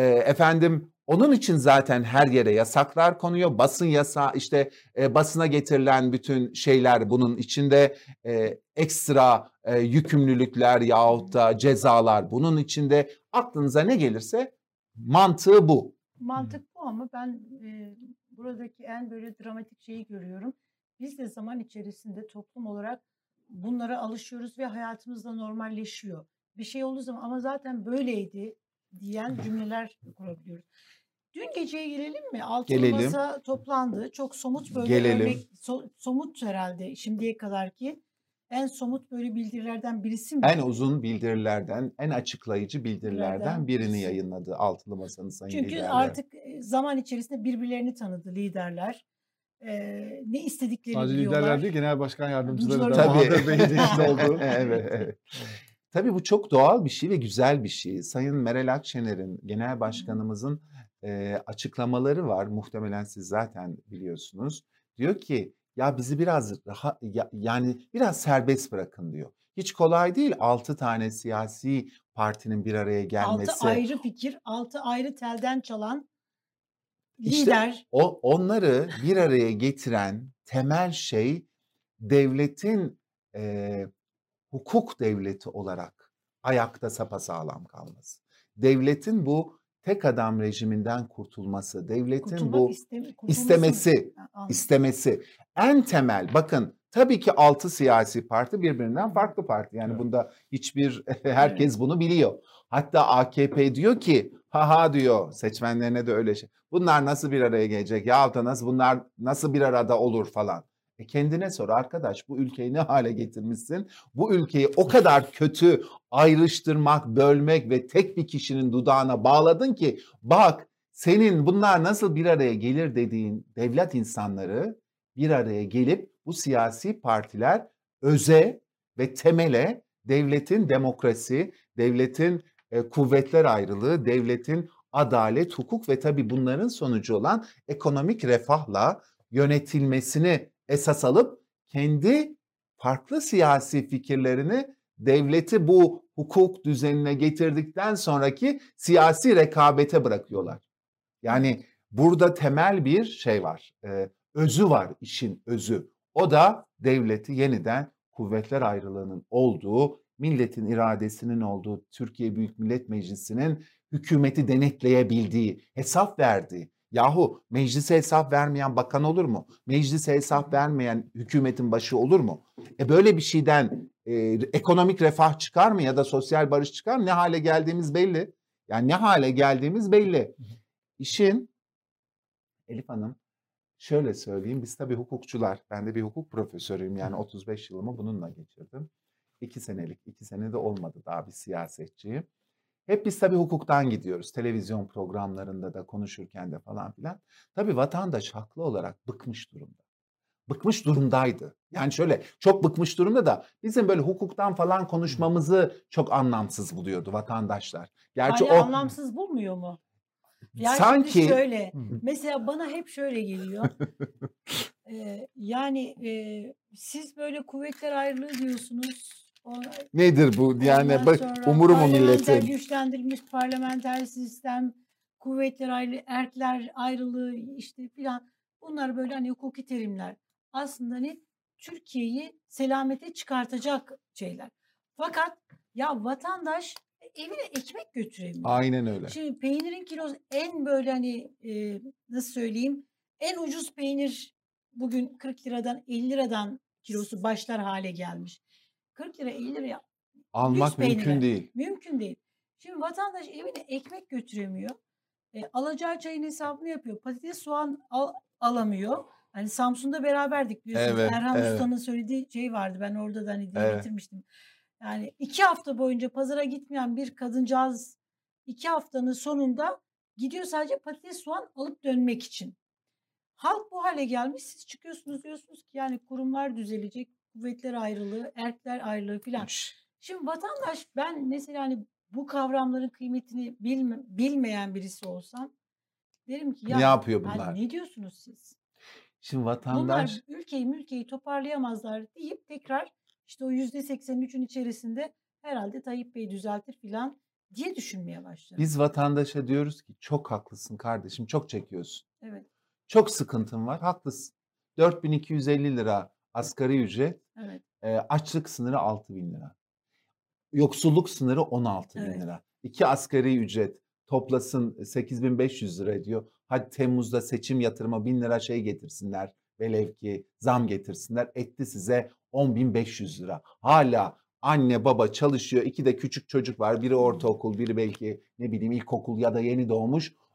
Onun için zaten her yere yasaklar konuyor. Basın yasağı, basına getirilen bütün şeyler bunun içinde, ekstra yükümlülükler yahut da cezalar bunun içinde. Aklınıza ne gelirse mantığı bu. Mantık bu ama ben buradaki en böyle dramatik şeyi görüyorum. Biz de zaman içerisinde toplum olarak bunlara alışıyoruz ve hayatımızda normalleşiyor. Bir şey olduğu zaman ama zaten böyleydi diyen cümleler kurabiliyoruz. Dün geceye gelelim mi? Altılı Gelelim. Masa toplandı. Çok somut böyle Gelelim. somut herhalde şimdiye kadarki en somut böyle bildirilerden birisi mi? En uzun bildirilerden, en açıklayıcı bildirilerden birini birisi. yayınladı Altılı Masa'nın sayın Çünkü liderleri. artık zaman içerisinde birbirlerini tanıdı liderler. Ne istediklerini Sadece biliyorlar. liderler değil, genel başkan yardımcıları da Yardımcıları Tabii. Bahadır Bey'in de içinde olduğu. Evet. Tabii bu çok doğal bir şey ve güzel bir şey. Sayın Meral Akşener'in, genel başkanımızın açıklamaları var. Muhtemelen siz zaten biliyorsunuz. Diyor ki ya bizi biraz yani biraz serbest bırakın diyor. Hiç kolay değil 6 tane siyasi partinin bir araya 6 gelmesi. ayrı fikir, 6 ayrı telden çalan İşte lider. onları bir araya getiren temel şey devletin hukuk devleti olarak ayakta sapasağlam kalması. Devletin bu tek adam rejiminden kurtulması, devletin bu istemesi. En temel bakın tabii ki 6 siyasi parti birbirinden farklı parti. Yani bunda hiçbir herkes bunu biliyor. Hatta AKP diyor ki haha diyor seçmenlerine de öyle şey. Bunlar nasıl bir araya gelecek? Ya da bunlar nasıl bir arada olur falan. Kendine sor arkadaş bu ülkeyi ne hale getirmişsin? Bu ülkeyi o kadar kötü ayrıştırmak, bölmek ve tek bir kişinin dudağına bağladın ki bak senin bunlar nasıl bir araya gelir dediğin devlet insanları bir araya gelip bu siyasi partiler öze ve temele devletin demokrasi, devletin kuvvetler ayrılığı, devletin adalet, hukuk ve tabii bunların sonucu olan ekonomik refahla yönetilmesini esas alıp kendi farklı siyasi fikirlerini devleti bu hukuk düzenine getirdikten sonraki siyasi rekabete bırakıyorlar. Yani burada temel bir şey var, özü var işin özü. O da devleti yeniden kuvvetler ayrılığının olduğu, milletin iradesinin olduğu, Türkiye Büyük Millet Meclisi'nin hükümeti denetleyebildiği, hesap verdiği. Yahu meclise hesap vermeyen bakan olur mu? Meclise hesap vermeyen hükümetin başı olur mu? Böyle bir şeyden ekonomik refah çıkar mı ya da sosyal barış çıkar mı? Ne hale geldiğimiz belli. Yani ne hale geldiğimiz belli. İşin Elif Hanım şöyle söyleyeyim biz tabii hukukçular, ben de bir hukuk profesörüyüm yani 35 yılımı bununla geçirdim. 2 sene de olmadı daha bir siyasetçiyim. Hep biz tabii hukuktan gidiyoruz. Televizyon programlarında da konuşurken de falan filan. Tabii vatandaş haklı olarak bıkmış durumda. Bıkmış durumdaydı. Yani şöyle çok bıkmış durumda da bizim böyle hukuktan falan konuşmamızı çok anlamsız buluyordu vatandaşlar. Gerçi Hala anlamsız bulmuyor mu? Yani sanki şimdi şöyle, mesela bana hep şöyle geliyor. Siz böyle kuvvetler ayrılığı diyorsunuz. nedir bu? Yani Ondan bak sonra umurum o parlamenter milletin. güçlendirilmiş parlamenter sistem, kuvvetler ayrılığı, erkler ayrılığı işte filan. Bunlar böyle hani hukuki terimler. Aslında hani Türkiye'yi selamete çıkartacak şeyler. Fakat ya vatandaş evine ekmek götüremiyor. Aynen öyle. Şimdi peynirin kilosu en böyle hani nasıl söyleyeyim en ucuz peynir bugün 40 liradan 50 liradan kilosu başlar hale gelmiş. 40 lira 50 liraya Almak mümkün peynire. değil. Mümkün değil. Şimdi vatandaş evine ekmek götüremiyor. Alacağı çayın hesabını yapıyor. Patates soğan alamıyor. Hani Samsun'da beraberdik biliyorsunuz. Evet, Erhan evet. Usta'nın söylediği şey vardı. Ben orada da hani dile Evet. getirmiştim. Yani 2 hafta boyunca pazara gitmeyen bir kadıncağız 2 haftanın sonunda gidiyor sadece patates soğan alıp dönmek için. Halk bu hale gelmiş. Siz çıkıyorsunuz diyorsunuz ki yani kurumlar düzelecek, kuvvetler ayrılığı, erkler ayrılığı filan. Şimdi vatandaş ben mesela hani bu kavramların kıymetini bilmeyen birisi olsam derim ki ya Ne yapıyor yani bunlar? ne diyorsunuz siz? Şimdi vatandaş Bunlar ülkeyi toparlayamazlar deyip tekrar işte o %83'ün içerisinde herhalde Tayyip Bey düzeltir filan diye düşünmeye başlar. biz vatandaşa diyoruz ki çok haklısın kardeşim, çok çekiyorsun. Evet, Çok sıkıntın var, haklısın. 4.250 lira asgari ücret, evet, açlık sınırı 6.000 lira. Yoksulluk sınırı 16.000 Evet. lira. 2 asgari ücret toplasın 8.500 lira ediyor. Hadi Temmuz'da seçim yatırıma 1.000 lira şey getirsinler. Velev ki zam getirsinler. Etti size 10.500 lira. Hala anne baba çalışıyor. 2 de küçük çocuk var. Biri ortaokul, biri belki ne bileyim ilkokul ya da yeni doğmuş.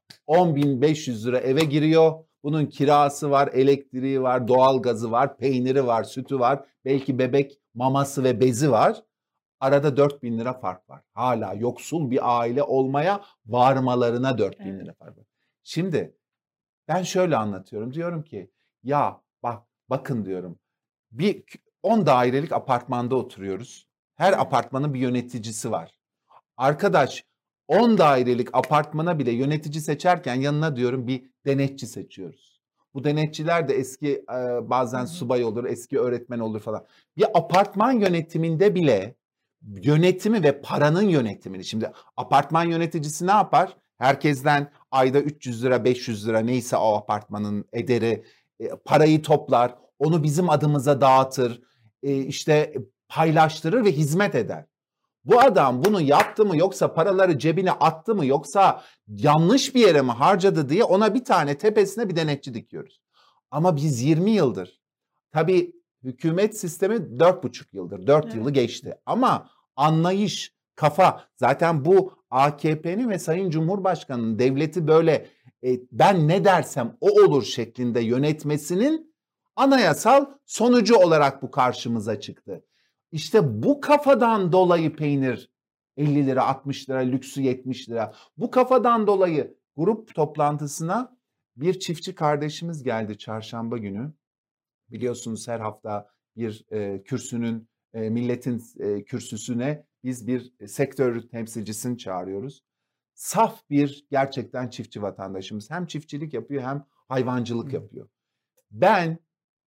10.500 lira eve giriyor. Bunun kirası var, elektriği var, doğalgazı var, peyniri var, sütü var. Belki bebek maması ve bezi var. Arada 4.000 lira fark var. Hala yoksul bir aile olmaya varmalarına 4.000 lira fark var. Şimdi ben şöyle anlatıyorum. Diyorum ki ya bakın diyorum. Bir 10 dairelik apartmanda oturuyoruz. Her apartmanın bir yöneticisi var. Arkadaş 10 dairelik apartmana bile yönetici seçerken yanına diyorum bir denetçi seçiyoruz. Bu denetçiler de eski bazen subay olur, eski öğretmen olur falan. Bir apartman yönetiminde bile yönetimi ve paranın yönetimini. Şimdi apartman yöneticisi ne yapar? Herkesten ayda 300 lira, 500 lira neyse o apartmanın ederi parayı toplar. Onu bizim adımıza dağıtır. İşte paylaştırır ve hizmet eder. Bu adam bunu yaptı mı yoksa paraları cebine attı mı yoksa yanlış bir yere mi harcadı diye ona bir tane tepesine bir denetçi dikiyoruz. Ama biz 20 yıldır tabii hükümet sistemi 4,5 yıldır 4 yılı geçti ama anlayış kafa zaten bu AKP'nin ve Sayın Cumhurbaşkanı'nın devleti böyle ben ne dersem o olur şeklinde yönetmesinin anayasal sonucu olarak bu karşımıza çıktı. İşte bu kafadan dolayı peynir 50 lira 60 lira lüksü 70 lira. Bu kafadan dolayı grup toplantısına bir çiftçi kardeşimiz geldi çarşamba günü. Biliyorsunuz her hafta bir kürsünün milletin kürsüsüne biz bir sektör temsilcisini çağırıyoruz. Saf bir gerçekten çiftçi vatandaşımız. Hem çiftçilik yapıyor hem hayvancılık yapıyor. Ben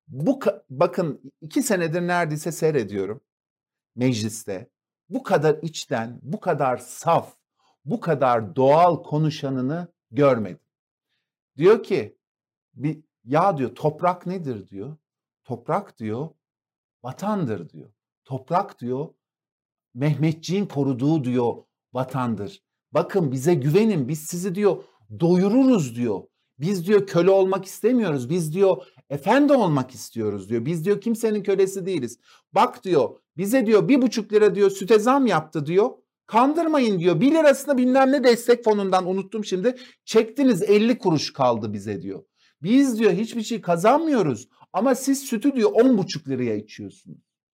bakın 2 senedir neredeyse seyrediyorum mecliste. Bu kadar içten, bu kadar saf, bu kadar doğal konuşanını görmedim. Diyor ki ya diyor toprak nedir diyor. Toprak diyor vatandır diyor. Toprak diyor Mehmetçiğin koruduğu diyor vatandır. Bakın bize güvenin biz sizi diyor doyururuz diyor. Biz diyor köle olmak istemiyoruz. Biz diyor efendi olmak istiyoruz diyor. Biz diyor kimsenin kölesi değiliz. Bak diyor bize diyor 1,5 lira diyor süte zam yaptı diyor. Kandırmayın diyor. 1 lirasını bilmem ne destek fonundan unuttum şimdi. Çektiniz 50 kuruş kaldı bize diyor. Biz diyor hiçbir şey kazanmıyoruz. Ama siz sütü diyor 10,5 liraya içiyorsunuz.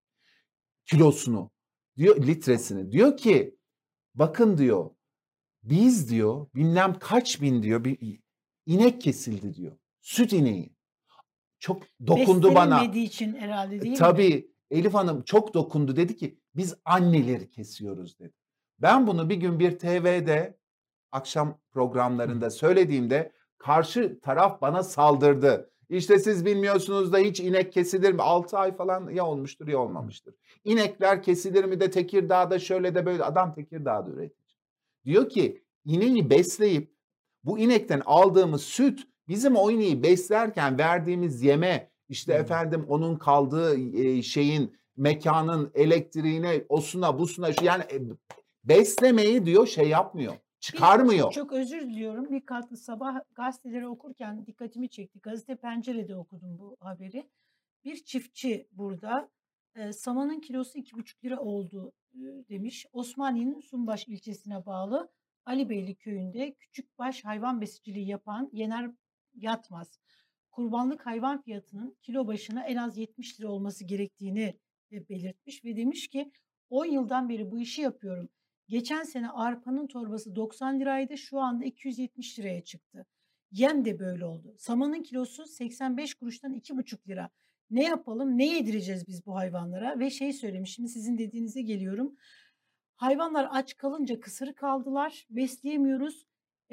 Kilosunu diyor litresini. Diyor ki bakın diyor biz diyor bilmem kaç bin diyor bir inek kesildi diyor. Süt ineği. Çok dokundu bana. Beslenilmediği için herhalde değil mi? Tabii Elif Hanım çok dokundu. Dedi ki biz anneleri kesiyoruz dedi. Ben bunu bir gün bir TV'de akşam programlarında söylediğimde karşı taraf bana saldırdı. İşte siz bilmiyorsunuz da hiç inek kesilir mi? 6 ay falan ya olmuştur ya olmamıştır. İnekler kesilir mi de Tekirdağ'da şöyle de böyle adam Tekirdağ'da üretici. Diyor ki ineği besleyip bu inekten aldığımız süt bizim o ineği beslerken verdiğimiz yeme işte efendim onun kaldığı şeyin mekanın elektriğine osuna busuna yani beslemeyi diyor şey yapmıyor. Çıkarmıyor. Çok özür diliyorum. Bir katlı sabah gazeteleri okurken dikkatimi çekti. Gazete Pencere'de okudum bu haberi. Bir çiftçi burada samanın kilosu 2,5 lira oldu demiş. Osmaniye'nin Sumbaş ilçesine bağlı Alibeyli köyünde küçükbaş hayvan besiciliği yapan Yener Yatmaz kurbanlık hayvan fiyatının kilo başına en az 70 lira olması gerektiğini belirtmiş ve demiş ki 10 yıldan beri bu işi yapıyorum. Geçen sene arpanın torbası 90 liraydı, şu anda 270 liraya çıktı. Yem de böyle oldu. Samanın kilosu 85 kuruştan 2,5 lira. Ne yapalım, ne yedireceğiz biz bu hayvanlara? Ve söylemiş, şimdi sizin dediğinize geliyorum. Hayvanlar aç kalınca kısır kaldılar, besleyemiyoruz.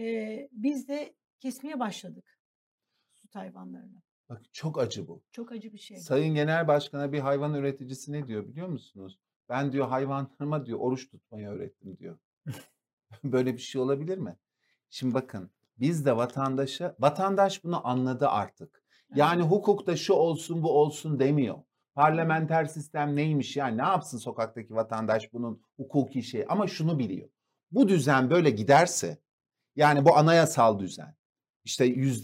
Biz de kesmeye başladık süt hayvanlarını. Bak çok acı bu. Çok acı bir şey. Sayın Genel Başkan'a bir hayvan üreticisi ne diyor biliyor musunuz? Ben diyor hayvanlarıma diyor oruç tutmayı öğrettim diyor. Böyle bir şey olabilir mi? Şimdi bakın biz de vatandaş bunu anladı artık. Yani hukukta şu olsun bu olsun demiyor. Parlamenter sistem neymiş yani ne yapsın sokaktaki vatandaş bunun hukuki şeyi ama şunu biliyor. Bu düzen böyle giderse yani bu anayasal düzen işte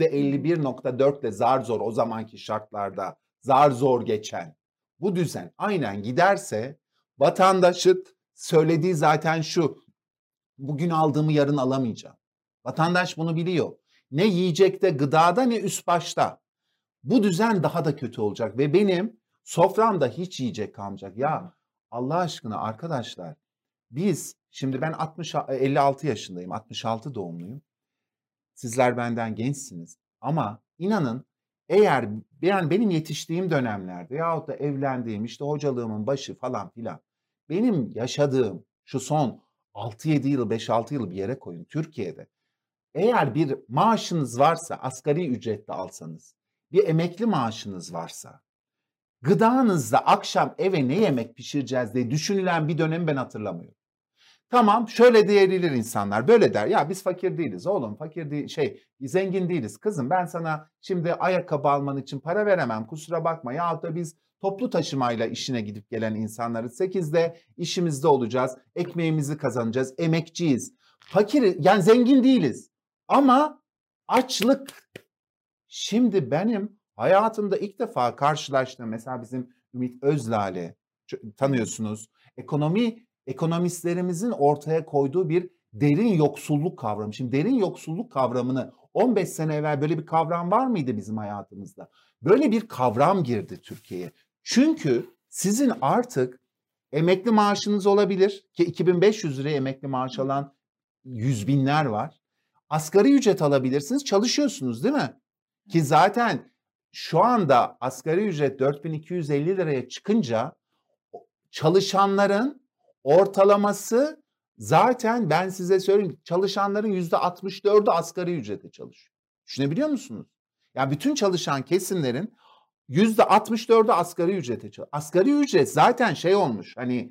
%51,4 ile zar zor o zamanki şartlarda zar zor geçen bu düzen aynen giderse vatandaşın söylediği zaten şu bugün aldığımı yarın alamayacağım. Vatandaş bunu biliyor. Ne yiyecekte, gıdada ne üst başta. Bu düzen daha da kötü olacak ve benim soframda hiç yiyecek kalmayacak. Ya Allah aşkına arkadaşlar, biz şimdi ben 56 yaşındayım, 66 doğumluyum. Sizler benden gençsiniz ama inanın eğer yani benim yetiştiğim dönemlerde yahut da evlendiğim işte hocalığımın başı falan filan benim yaşadığım şu son 6-7 yıl 5-6 yıl bir yere koyun Türkiye'de. Eğer bir maaşınız varsa asgari ücretle alsanız bir emekli maaşınız varsa gıdanızda akşam eve ne yemek pişireceğiz diye düşünülen bir dönemi ben hatırlamıyorum. Tamam şöyle diyebilir insanlar böyle der ya biz fakir değiliz oğlum fakir değil zengin değiliz kızım ben sana şimdi ayakkabı alman için para veremem kusura bakma yahut da biz toplu taşımayla işine gidip gelen insanlarız 8'de işimizde olacağız ekmeğimizi kazanacağız emekçiyiz fakir yani zengin değiliz ama açlık şimdi benim hayatımda ilk defa karşılaştığım mesela bizim Ümit Özlale tanıyorsunuz ekonomistlerimizin ortaya koyduğu bir derin yoksulluk kavramı. Şimdi derin yoksulluk kavramını 15 sene evvel böyle bir kavram var mıydı bizim hayatımızda? Böyle bir kavram girdi Türkiye'ye. Çünkü sizin artık emekli maaşınız olabilir ki 2500 liraya emekli maaş alan yüz binler var. Asgari ücret alabilirsiniz, çalışıyorsunuz değil mi? Ki zaten şu anda asgari ücret 4250 liraya çıkınca çalışanların ortalaması zaten ben size söyleyeyim çalışanların %64'ü asgari ücrete çalışıyor. Düşünebiliyor musunuz? Yani bütün çalışan kesimlerin %64'ü asgari ücrete çalışıyor. Asgari ücret zaten şey olmuş hani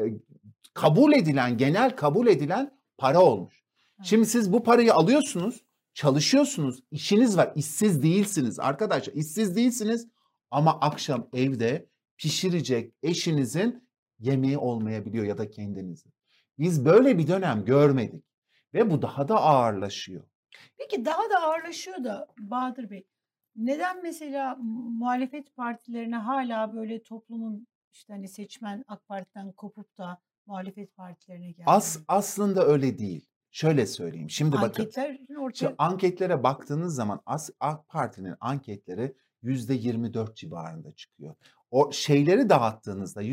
kabul edilen genel kabul edilen para olmuş. Şimdi siz bu parayı alıyorsunuz çalışıyorsunuz işiniz var işsiz değilsiniz arkadaşlar işsiz değilsiniz ama akşam evde pişirecek eşinizin yemeği olmayabiliyor ya da kendinizin. Biz böyle bir dönem görmedik ve bu daha da ağırlaşıyor. Peki daha da ağırlaşıyor da Bahadır Bey. Neden mesela muhalefet partilerine hala böyle toplumun işte hani seçmen AK Parti'den kopup da muhalefet partilerine geldi? Aslında öyle değil. Şöyle söyleyeyim. Şimdi bakın. Anketlere baktığınız zaman AK Parti'nin anketleri %24 civarında çıkıyor. O şeyleri dağıttığınızda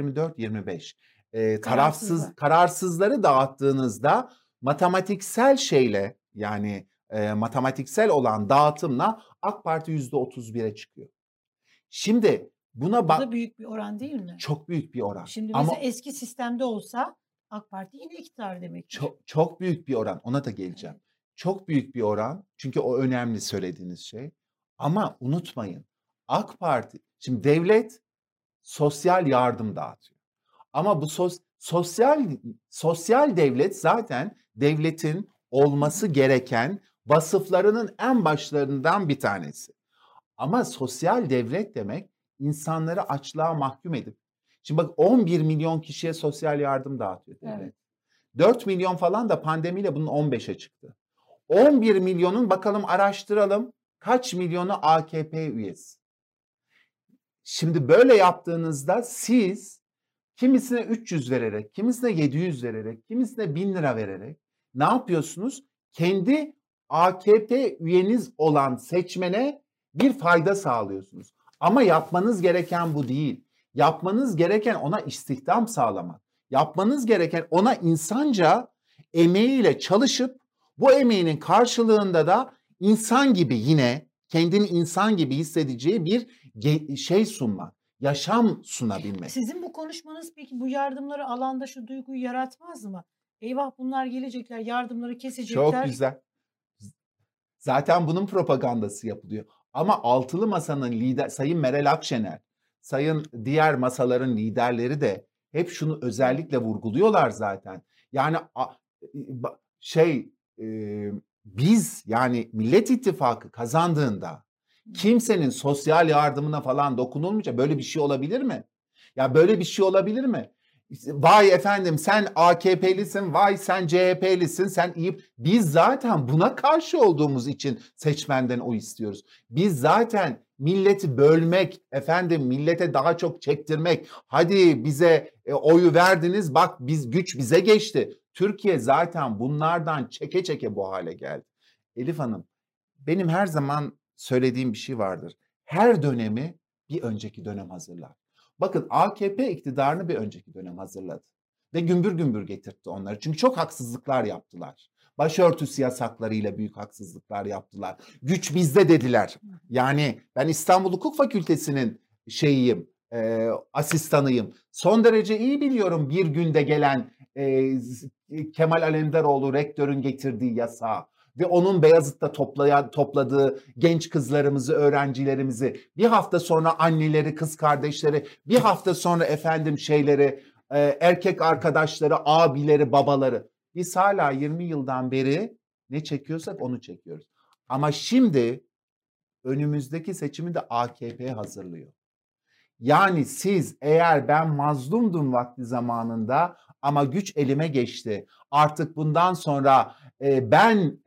%24-25 kararsızları dağıttığınızda matematiksel şeyle yani matematiksel olan dağıtımla AK Parti %31'e çıkıyor. Şimdi buna bak. Bu da büyük bir oran değil mi? Çok büyük bir oran. Şimdi mesela eski sistemde olsa AK Parti yine iktidar demektir. Çok büyük bir oran. Ona da geleceğim. Evet. Çok büyük bir oran. Çünkü o önemli söylediğiniz şey. Ama unutmayın. AK Parti, şimdi devlet sosyal yardım dağıtıyor. Ama bu sosyal devlet zaten devletin olması gereken vasıflarının en başlarından bir tanesi. Ama sosyal devlet demek insanları açlığa mahkum edip şimdi bak 11 milyon kişiye sosyal yardım dağıtıyor devlet. Evet. 4 milyon falan da pandemiyle bunun 15'e çıktı. 11 milyonun bakalım araştıralım kaç milyonu AKP üyesi. Şimdi böyle yaptığınızda siz kimisine 300 vererek, kimisine 700 vererek, kimisine 1000 lira vererek ne yapıyorsunuz? Kendi AKP üyeniz olan seçmene bir fayda sağlıyorsunuz. Ama yapmanız gereken bu değil. Yapmanız gereken ona istihdam sağlamak. Yapmanız gereken ona insanca emeğiyle çalışıp bu emeğinin karşılığında da insan gibi yine kendini insan gibi hissedeceği bir şey sunmak, yaşam sunabilmek. Sizin bu konuşmanız peki bu yardımları alanda şu duyguyu yaratmaz mı? Eyvah bunlar gelecekler, yardımları kesecekler. Çok güzel. Zaten bunun propagandası yapılıyor. Ama altılı masanın lider Sayın Meral Akşener, sayın diğer masaların liderleri de hep şunu özellikle vurguluyorlar zaten. Yani biz yani Millet İttifakı kazandığında kimsenin sosyal yardımına falan dokunulmayacak. Böyle bir şey olabilir mi? Ya böyle bir şey olabilir mi? Vay efendim sen AKP'lisin, vay sen CHP'lisin, sen iyi. Biz zaten buna karşı olduğumuz için seçmenden o istiyoruz. Biz zaten milleti bölmek, efendim millete daha çok çektirmek, hadi bize oyu verdiniz bak güç bize geçti. Türkiye zaten bunlardan çeke çeke bu hale geldi. Elif Hanım, benim her zaman söylediğim bir şey vardır. Her dönemi bir önceki dönem hazırlar. Bakın AKP iktidarını bir önceki dönem hazırladı. Ve gümbür gümbür getirtti onları. Çünkü çok haksızlıklar yaptılar. Başörtüsü yasaklarıyla büyük haksızlıklar yaptılar. Güç bizde dediler. Yani ben İstanbul Hukuk Fakültesi'nin asistanıyım. Son derece iyi biliyorum bir günde gelen Kemal Alemdaroğlu rektörün getirdiği yasağı ve onun Beyazıt'ta topladığı genç kızlarımızı, öğrencilerimizi, bir hafta sonra anneleri, kız kardeşleri, bir hafta sonra erkek arkadaşları, abileri, babaları. Biz hala 20 yıldan beri ne çekiyorsak onu çekiyoruz. Ama şimdi önümüzdeki seçimi de AKP hazırlıyor. Yani siz eğer ben mazlumdum vakti zamanında ama güç elime geçti. Artık bundan sonra ben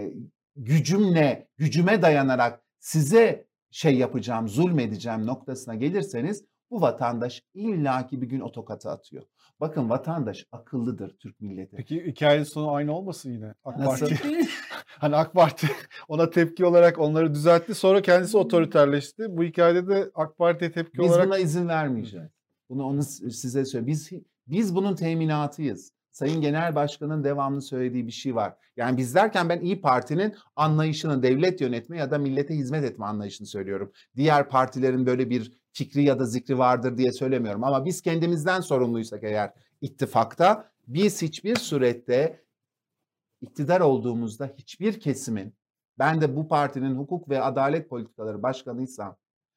gücüme dayanarak size yapacağım, zulmedeceğim noktasına gelirseniz bu vatandaş illaki bir gün o tokatı atıyor. Bakın vatandaş akıllıdır Türk milleti. Peki hikayenin sonu aynı olmasın yine? AK Nasıl? Parti hani AK Parti ona tepki olarak onları düzeltti. Sonra kendisi otoriterleşti. Bu hikayede de AK Parti'ye tepki Biz olarak buna izin vermeyeceğiz. Onu size söyleyeyim. Biz bunun teminatıyız. Sayın Genel Başkan'ın devamlı söylediği bir şey var. Yani biz derken ben İYİ Parti'nin anlayışını, devlet yönetme ya da millete hizmet etme anlayışını söylüyorum. Diğer partilerin böyle bir fikri ya da zikri vardır diye söylemiyorum. Ama biz kendimizden sorumluysak eğer ittifakta, biz hiçbir surette iktidar olduğumuzda hiçbir kesimin, ben de bu partinin hukuk ve adalet politikaları başkanıysam,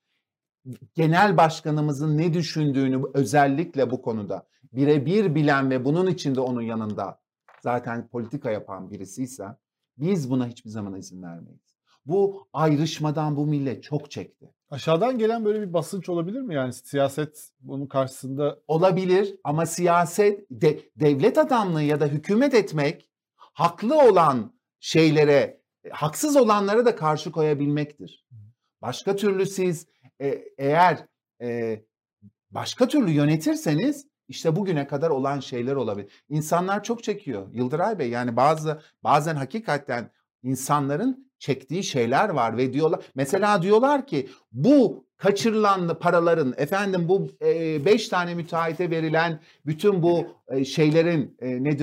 genel başkanımızın ne düşündüğünü özellikle bu konuda birebir bilen ve bunun içinde onun yanında zaten politika yapan birisiyse biz buna hiçbir zaman izin vermeyiz. Bu ayrışmadan bu millet çok çekti. aşağıdan gelen böyle bir basınç olabilir mi? Yani siyaset bunun karşısında Olabilir ama siyaset, devlet adamlığı ya da hükümet etmek haklı olan şeylere, haksız olanlara da karşı koyabilmektir. Başka türlü siz eğer başka türlü yönetirseniz işte bugüne kadar olan şeyler olabilir. İnsanlar çok çekiyor Yıldıray Bey. Yani bazen hakikaten insanların çektiği şeyler var ve mesela diyorlar ki bu kaçırılan paraların bu 5 tane müteahhite verilen bütün bu şeylerin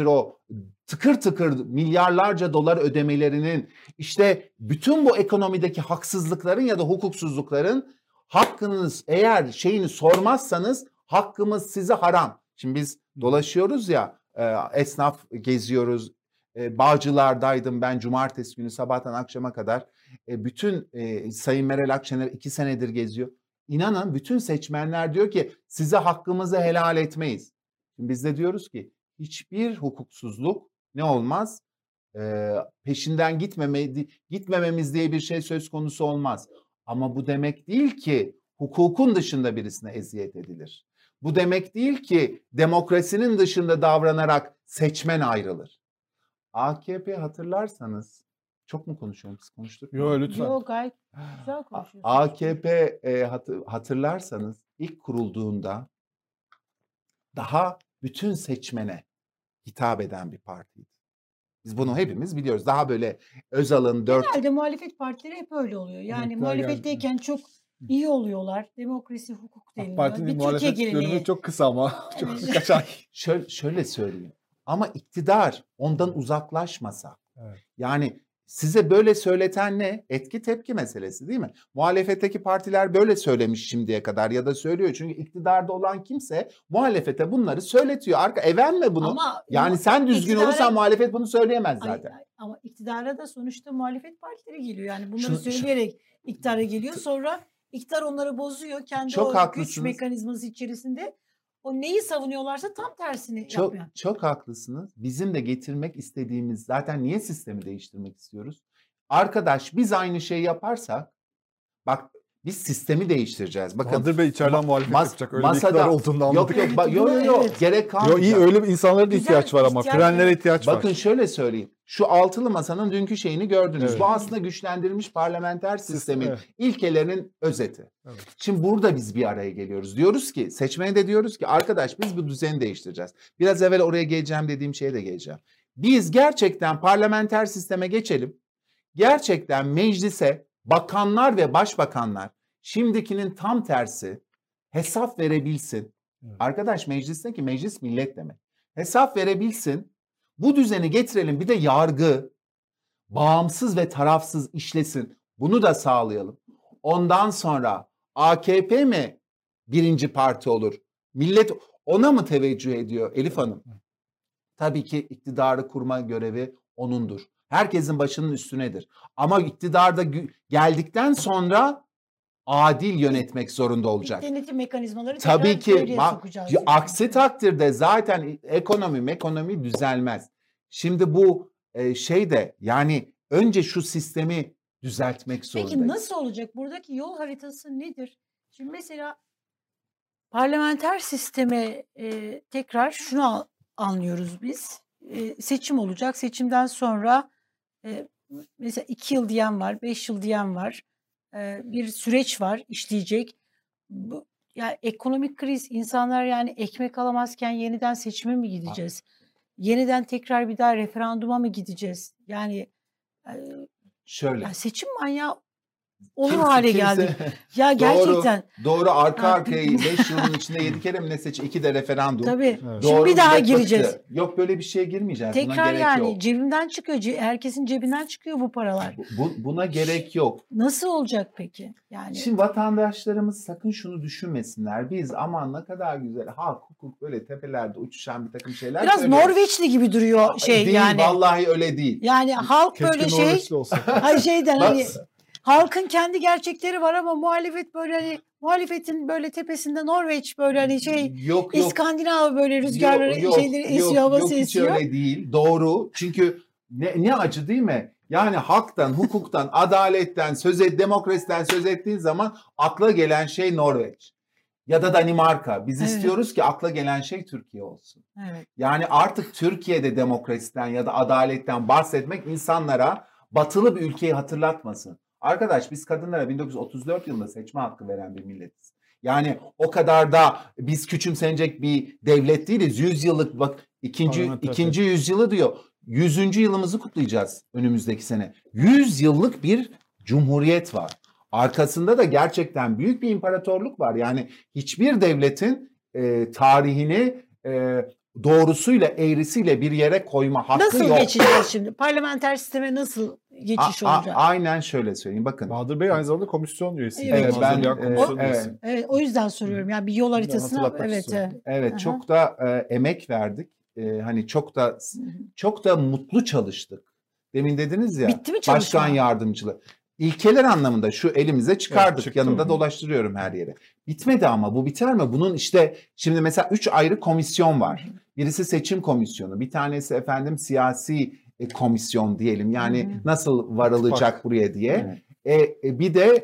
tıkır tıkır milyarlarca dolar ödemelerinin işte bütün bu ekonomideki haksızlıkların ya da hukuksuzlukların hakkınız eğer sormazsanız hakkımız size haram. Şimdi biz dolaşıyoruz ya esnaf geziyoruz. Bağcılar'daydım ben cumartesi günü sabahtan akşama kadar. Bütün Sayın Meral Akşener 2 senedir geziyor. İnanın bütün seçmenler diyor ki size hakkımızı helal etmeyiz. Şimdi biz de diyoruz ki hiçbir hukuksuzluk ne olmaz? Peşinden gitmememiz diye bir şey söz konusu olmaz. Ama bu demek değil ki hukukun dışında birisine eziyet edilir. Bu demek değil ki demokrasinin dışında davranarak seçmen ayrılır. AKP hatırlarsanız, çok mu konuşuyorum? Siz konuştuk mu? Yok lütfen. Yok, gayet güzel konuşuyorsun. AKP hatırlarsanız ilk kurulduğunda daha bütün seçmene hitap eden bir partiydi. Biz bunu hepimiz biliyoruz. Daha böyle Özal'ın Genelde muhalefet partileri hep öyle oluyor. Yani Muhtar muhalefetteyken çok iyi oluyorlar. Demokrasi, hukuk AK deniliyor. Parti'nin Bir Türkiye muhalefet geleneği. dönemi çok kısa ama. Çok Evet. birkaç ay. şöyle söyleyeyim. Ama iktidar ondan uzaklaşmasa, Evet. yani size böyle söyleten ne? Etki tepki meselesi değil mi? Muhalefetteki partiler böyle söylemiş şimdiye kadar ya da söylüyor. Çünkü iktidarda olan kimse muhalefete bunları söyletiyor. Evenme bunu. Ama Yani sen düzgün iktidara- olursan muhalefet bunu söyleyemez Ay, zaten. ama iktidara da sonuçta muhalefet partileri geliyor. Yani bunları Şunu- söyleyerek iktidara geliyor. Sonra iktidar onları bozuyor. Kendi Çok o güç haklısınız. mekanizması içerisinde o neyi savunuyorlarsa tam tersini yapıyor. Çok haklısınız. Bizim de getirmek istediğimiz zaten niye sistemi değiştirmek istiyoruz? Arkadaş biz aynı şeyi yaparsak bak Biz sistemi değiştireceğiz. Bakın Bahadır Bey içeriden muhalefet yapacak. Öyle bir masada iktidar olduğunu anladık. Yok. Evet. Gerek Yo, kalmayacak. iyi öyle bir insanlara da Güzel ihtiyaç var ama. ihtiyaç Frenlere var. ihtiyaç var. Bakın şöyle söyleyeyim. Şu altılı masanın dünkü şeyini gördünüz. Evet. Bu aslında güçlendirilmiş parlamenter sistemin evet. ilkelerinin özeti. Evet. Şimdi burada biz bir araya geliyoruz. Diyoruz ki, seçmene de diyoruz ki arkadaş biz bu düzeni değiştireceğiz. Biraz evvel oraya geleceğim dediğim şeye de geleceğim. Biz gerçekten parlamenter sisteme geçelim. Gerçekten meclise bakanlar ve başbakanlar şimdikinin tam tersi hesap verebilsin. Evet. Arkadaş meclisteki meclis millet demek. Hesap verebilsin. Bu düzeni getirelim. Bir de yargı bağımsız ve tarafsız işlesin. Bunu da sağlayalım. Ondan sonra AKP mi birinci parti olur? Millet ona mı teveccüh ediyor Elif Hanım? Tabii ki iktidarı kurma görevi onundur. Herkesin başının üstünedir. Ama iktidarda geldikten sonra adil yönetmek zorunda olacak. Denetim mekanizmaları Tabii tekrar ki devreye sokacağız. aksi takdirde zaten ekonomi düzelmez. Şimdi bu şey de yani önce şu sistemi düzeltmek zorundayız. Peki nasıl olacak? Buradaki yol haritası nedir? Şimdi mesela parlamenter sisteme tekrar şunu anlıyoruz biz. Seçim olacak. Seçimden sonra mesela 2 yıl diyen var, 5 yıl diyen var. Bir süreç var, işleyecek. Yani ekonomik kriz, insanlar yani ekmek alamazken yeniden seçime mi gideceğiz? Yeniden tekrar bir daha referanduma mı gideceğiz? Yani şöyle. ya seçim manyağı olur hale geldik. Ya gerçekten. Doğru arka arkaya 5 yılın içinde 7 kere mi ne 2 de referandum. Tabii. Evet. Şimdi bir daha gireceğiz. Yok böyle bir şeye girmeyeceğiz. Buna Tekrar gerek yani yok. cebimden çıkıyor. Herkesin cebinden çıkıyor bu paralar. Buna gerek yok. Nasıl olacak peki? Yani Şimdi vatandaşlarımız sakın şunu düşünmesinler. Biz aman ne kadar güzel hak hukuk böyle tepelerde uçuşan bir takım şeyler biraz söylüyoruz. Norveçli gibi duruyor şey değil, yani. vallahi öyle değil. Yani halk Keşke böyle şey Norveçli olsa. hayır şeyden Bak- hani halkın kendi gerçekleri var ama muhalefet böyle hani muhalefetin böyle tepesinde Norveç böyle hani şey Yok İskandinav böyle rüzgarları şeyleri esiyor havası hiç esiyor. öyle değil. Doğru. Çünkü ne acı değil mi? Yani haktan, hukuktan, adaletten, demokrasiden söz ettiğin zaman akla gelen şey Norveç. Ya da Danimarka. Biz Evet. istiyoruz ki akla gelen şey Türkiye olsun. Evet. Yani artık Türkiye'de demokrasiden ya da adaletten bahsetmek insanlara batılı bir ülkeyi hatırlatmasın. Arkadaş biz kadınlara 1934 yılında seçme hakkı veren bir milletiz. Yani o kadar da biz küçümsenecek bir devlet değiliz. 100 yıllık bak ikinci yüzyılı diyor. 100. yılımızı kutlayacağız önümüzdeki sene. 100 yıllık bir cumhuriyet var. Arkasında da gerçekten büyük bir imparatorluk var. Yani hiçbir devletin tarihini doğrusuyla eğrisiyle bir yere koyma hakkı Nasıl yok. geçeceğiz şimdi? Parlamenter sisteme nasıl geçiş olacak? Aynen şöyle söyleyeyim. Bakın. Bahadır Bey aynı zamanda komisyon üyesi. Evet, Hazırlayan komisyon üyesi. Evet, o yüzden soruyorum. Yani bir yol haritasına hatırlatmak evet. istiyorum. Evet, Aha. çok da emek verdik. Hani çok da mutlu çalıştık. Demin dediniz ya. Bitti mi çalışma? Başkan yardımcılığı. İlkeler anlamında şu elimize çıkardık. Evet, çıktı. Yanımda dolaştırıyorum her yere. Bitmedi ama bu biter mi? Bunun işte şimdi mesela 3 ayrı komisyon var. Birisi seçim komisyonu, bir tanesi efendim siyasi komisyon diyelim. Yani nasıl varılacak buraya diye. Bir de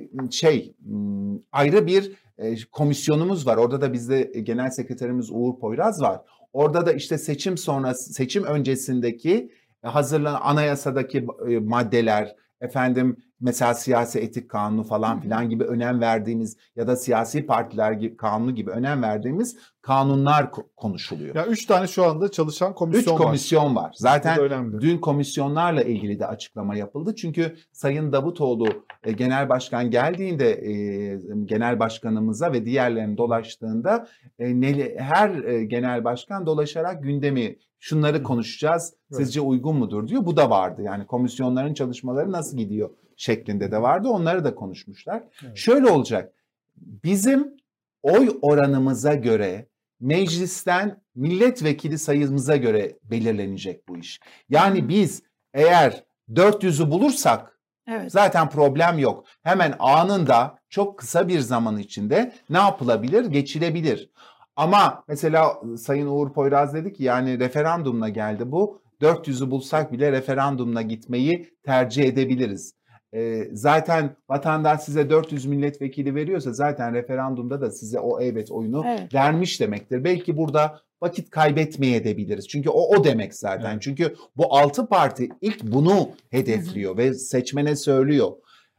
ayrı bir komisyonumuz var. Orada da bizde genel sekreterimiz Uğur Poyraz var. Orada da işte seçim öncesindeki hazırlanan anayasadaki maddeler, efendim mesela siyasi etik kanunu falan filan gibi önem verdiğimiz ya da siyasi partiler gibi kanunu gibi önem verdiğimiz kanunlar konuşuluyor. Ya 3 tane şu anda çalışan 3 komisyon komisyon var. Zaten Bu da önemli. dün komisyonlarla ilgili de açıklama yapıldı. Çünkü Sayın Davutoğlu genel başkan geldiğinde genel başkanımıza ve diğerlerine dolaştığında her genel başkan dolaşarak gündemi şunları konuşacağız. Sizce uygun mudur diyor. Bu da vardı. Yani komisyonların çalışmaları nasıl gidiyor şeklinde de vardı. Onları da konuşmuşlar. Evet. Şöyle olacak. Bizim oy oranımıza göre meclisten milletvekili sayımıza göre belirlenecek bu iş. Yani biz eğer 400'ü bulursak Evet. zaten problem yok. Hemen anında çok kısa bir zaman içinde ne yapılabilir? Geçilebilir. Ama mesela Sayın Uğur Poyraz dedi ki yani referandumla geldi bu. 400'ü bulsak bile referandumla gitmeyi tercih edebiliriz. Zaten vatandaş size 400 milletvekili veriyorsa zaten referandumda da size o evet oyunu vermiş demektir. Belki burada vakit kaybetmeyebiliriz. Çünkü o demek zaten. Evet. Çünkü bu 6 parti ilk bunu hedefliyor ve seçmene söylüyor.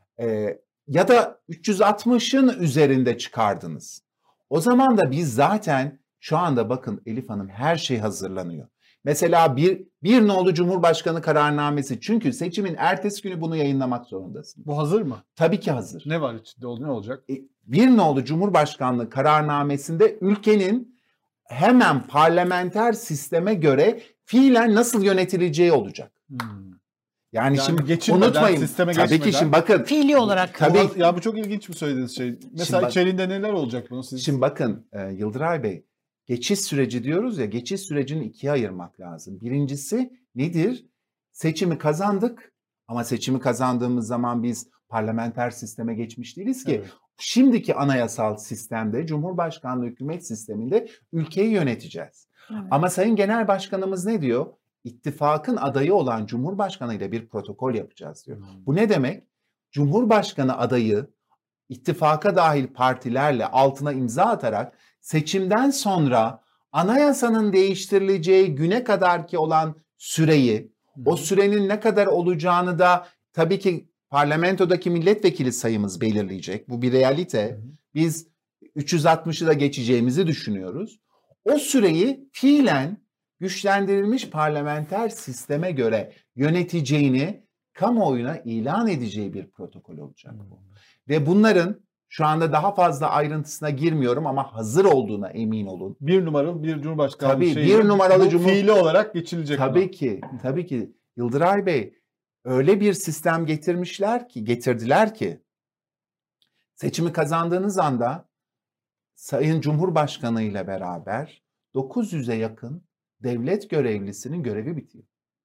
Ya da 360'ın üzerinde çıkardınız. O zaman da biz zaten şu anda bakın Elif Hanım her şey hazırlanıyor. Mesela bir nolu Cumhurbaşkanı kararnamesi. Çünkü seçimin ertesi günü bunu yayınlamak zorundasın. Bu hazır mı? Tabii ki hazır. Ne var içinde? Ne olacak? Bir nolu Cumhurbaşkanlığı kararnamesinde ülkenin hemen parlamenter sisteme göre fiilen nasıl yönetileceği olacak. Yani şimdi unutmayın. Tabii ki şimdi bakın. Fiili olarak. Tabii. Ya bu çok ilginç bir söylediğiniz şey. Mesela içeriğinde neler olacak bunu siz? Şimdi bakın Yıldıray Bey. Geçiş süreci diyoruz ya, geçiş sürecini ikiye ayırmak lazım. Birincisi nedir? Seçimi kazandık ama seçimi kazandığımız zaman biz parlamenter sisteme geçmiş değiliz ki. Evet. Şimdiki anayasal sistemde, Cumhurbaşkanlığı hükümet sisteminde ülkeyi yöneteceğiz. Evet. Ama Sayın Genel Başkanımız ne diyor? İttifakın adayı olan Cumhurbaşkanı ile bir protokol yapacağız diyor. Bu ne demek? Cumhurbaşkanı adayı ittifaka dahil partilerle altına imza atarak seçimden sonra anayasanın değiştirileceği güne kadarki olan süreyi, o sürenin ne kadar olacağını da tabii ki parlamentodaki milletvekili sayımız belirleyecek. Bu bir realite. Biz 360'ı da geçeceğimizi düşünüyoruz. O süreyi fiilen güçlendirilmiş parlamenter sisteme göre yöneteceğini kamuoyuna ilan edeceği bir protokol olacak bu. Ve bunların şu anda daha fazla ayrıntısına girmiyorum ama hazır olduğuna emin olun. Bir numaralı bir Cumhurbaşkanlığı tabii, bir numaralı fiili olarak geçilecek. Tabii ki. Yıldıray Bey öyle bir sistem getirdiler ki seçimi kazandığınız anda Sayın Cumhurbaşkanı ile beraber 900'e yakın devlet görevlisinin görevi bitiyor.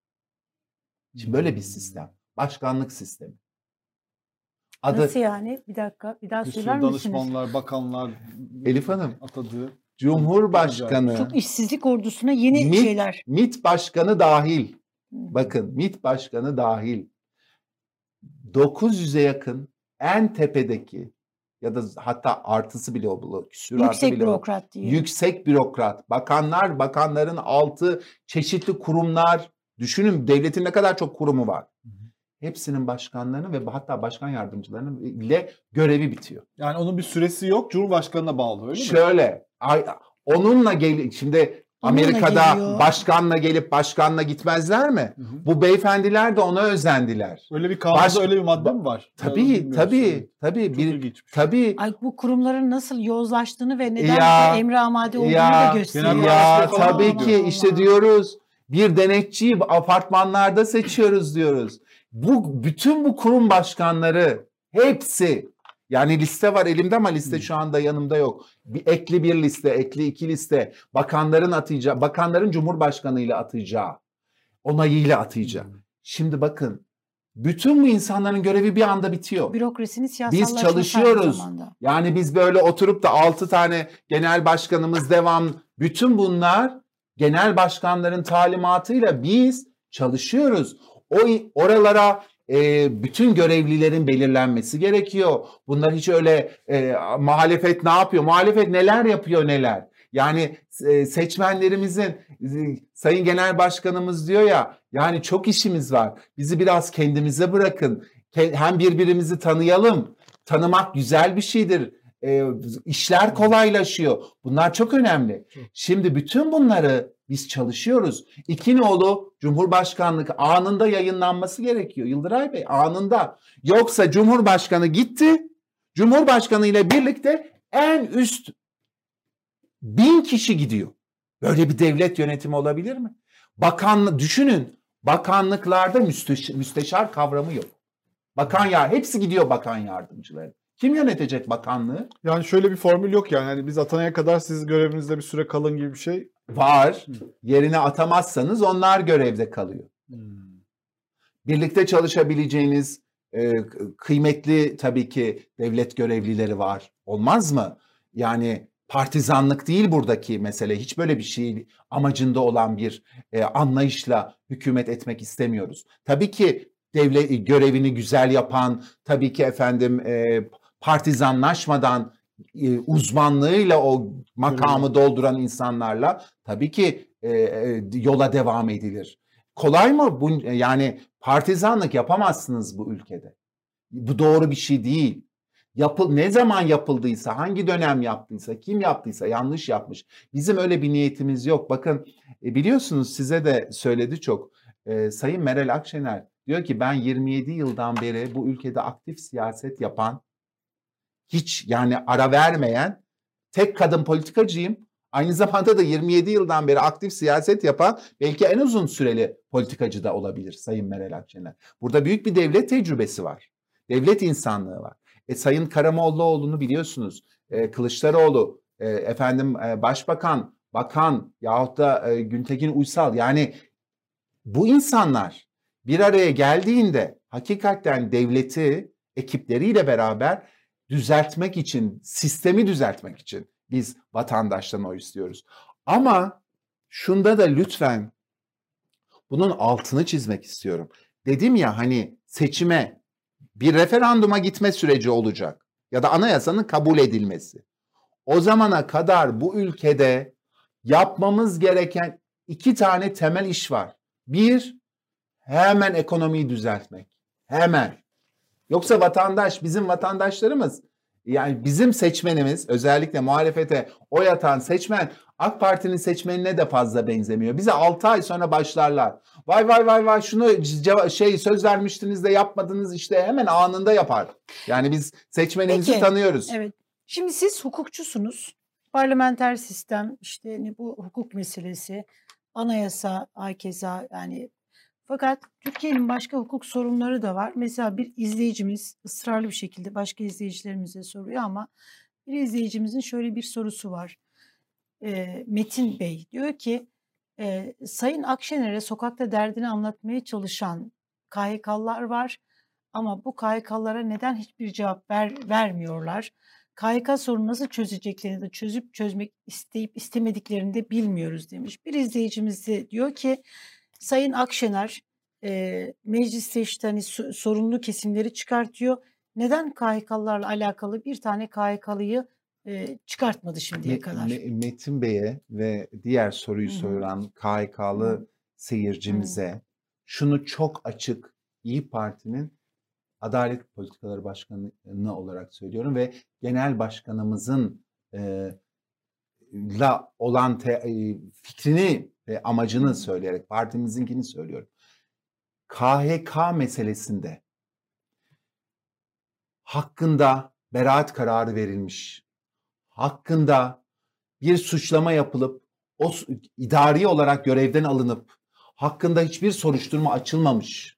Şimdi böyle bir sistem. Başkanlık sistemi. Nasıl yani? Bir dakika. Bir daha söyler misiniz? Danışmanlar, bakanlar, Elif Hanım, atadığı Cumhurbaşkanı, çok işsizlik ordusuna yeni şeyler. MİT Başkanı dahil. Bakın MİT Başkanı dahil. 900'e yakın en tepedeki ya da hatta artısı bile olur. Yüksek bürokrat diye. Yüksek bürokrat, bakanlar, bakanların altı çeşitli kurumlar. Düşünün devletin ne kadar çok kurumu var. Hepsinin başkanlarının ve hatta başkan yardımcılarının ile görevi bitiyor. Yani onun bir süresi yok. Cumhurbaşkanına bağlı öyle mi? Şöyle, onunla şimdi Amerika'da başkanla gelip başkanla gitmezler mi? Bu beyefendiler de ona özendiler. Öyle bir kanunda öyle bir madde mi var? Tabii. Ay, bu kurumların nasıl yozlaştığını ve neden emre-amade olduğunu da gösteriyor. Tabii ki işte diyoruz. Bir denetçiyi apartmanlarda seçiyoruz diyoruz. Bütün bu kurum başkanları hepsi, yani liste var elimde ama liste şu anda yanımda yok. Ekli bir liste, ekli iki liste. Bakanların Cumhurbaşkanı ile atayacağı, onayıyla atayacağı. Şimdi bakın, bütün bu insanların görevi bir anda bitiyor. Bürokrasinin siyasallaşması. Biz çalışıyoruz. Yani biz böyle oturup da 6 tane genel başkanımız bütün bunlar genel başkanların talimatıyla biz çalışıyoruz. Oralara bütün görevlilerin belirlenmesi gerekiyor. Bunlar hiç öyle muhalefet ne yapıyor? Muhalefet neler yapıyor neler? Yani seçmenlerimizin Sayın Genel Başkanımız diyor ya, yani çok işimiz var. Bizi biraz kendimize bırakın. Hem birbirimizi tanıyalım. Tanımak güzel bir şeydir. İşler kolaylaşıyor. Bunlar çok önemli. Şimdi bütün bunları biz çalışıyoruz. İki nolu Cumhurbaşkanlık anında yayınlanması gerekiyor. Yıldıray Bey, anında. Yoksa Cumhurbaşkanı gitti. Cumhurbaşkanı ile birlikte en üst 1000 kişi gidiyor. Böyle bir devlet yönetimi olabilir mi? Düşünün. Bakanlıklarda müsteşar kavramı yok. Hepsi gidiyor bakan yardımcıları. Kim yönetecek bakanlığı? Yani şöyle bir formül yok yani. Hani biz atanaya kadar siz görevinizde bir süre kalın gibi bir şey var. Yerine atamazsanız onlar görevde kalıyor. Birlikte çalışabileceğiniz kıymetli tabii ki devlet görevlileri var. Olmaz mı? Yani partizanlık değil buradaki mesele. Hiç böyle bir şey amacında olan bir anlayışla hükümet etmek istemiyoruz. Tabii ki devlet görevini güzel yapan, tabii ki efendim partizanlaşmadan uzmanlığıyla o makamı dolduran insanlarla tabii ki yola devam edilir. Kolay mı? Yani partizanlık yapamazsınız bu ülkede. Bu doğru bir şey değil. Ne zaman yapıldıysa, hangi dönem yaptıysa, kim yaptıysa yanlış yapmış. Bizim öyle bir niyetimiz yok. Bakın biliyorsunuz, size de söyledi çok. Sayın Meral Akşener diyor ki ben 27 yıldan beri bu ülkede aktif siyaset yapan, hiç yani ara vermeyen tek kadın politikacıyım. Aynı zamanda da 27 yıldan beri aktif siyaset yapan belki en uzun süreli politikacı da olabilir Sayın Meral Akşener. Burada büyük bir devlet tecrübesi var. Devlet insanlığı var. Sayın Karamollaoğlu'nu biliyorsunuz. Kılıçdaroğlu, başbakan, bakan yahut da Güntekin Uysal, yani bu insanlar bir araya geldiğinde hakikaten devleti ekipleriyle beraber düzeltmek için, sistemi düzeltmek için biz vatandaştan oy istiyoruz. Ama şunda da lütfen bunun altını çizmek istiyorum. Dedim ya, hani seçime, bir referanduma gitme süreci olacak ya da anayasanın kabul edilmesi. O zamana kadar bu ülkede yapmamız gereken 2 tane temel iş var. Bir, hemen ekonomiyi düzeltmek. Hemen. Yoksa bizim vatandaşlarımız, yani bizim seçmenimiz, özellikle muhalefete oy atan seçmen AK Parti'nin seçmenine de fazla benzemiyor. Bize 6 ay sonra başlarlar. Vay şunu söz vermiştiniz de yapmadınız, işte hemen anında yapar. Yani biz seçmenimizi tanıyoruz. Evet. Şimdi siz hukukçusunuz. Parlamenter sistem, işte bu hukuk meselesi, anayasa, hakeza, yani fakat Türkiye'nin başka hukuk sorunları da var. Mesela bir izleyicimiz ısrarlı bir şekilde başka izleyicilerimize soruyor ama bir izleyicimizin şöyle bir sorusu var. Metin Bey diyor ki Sayın Akşener'e sokakta derdini anlatmaya çalışan KHK'lılar var ama bu KHK'lılara neden hiçbir cevap vermiyorlar? KHK sorunu nasıl çözeceklerini de çözmek isteyip istemediklerini de bilmiyoruz demiş. Bir izleyicimiz de diyor ki Sayın Akşener mecliste işte hani sorunlu kesimleri çıkartıyor. Neden KHK'lılarla alakalı bir tane KHK'lıyı çıkartmadı şimdiye kadar? Metin Bey'e ve diğer soruyu soran KHK'lı seyircimize şunu çok açık, İYİ Parti'nin Adalet Politikaları Başkanı olarak söylüyorum ve Genel Başkanımızın la olan fikrini ve amacını söyleyerek partimizinkini söylüyorum. KHK meselesinde hakkında beraat kararı verilmiş, hakkında bir suçlama yapılıp o idari olarak görevden alınıp hakkında hiçbir soruşturma açılmamış.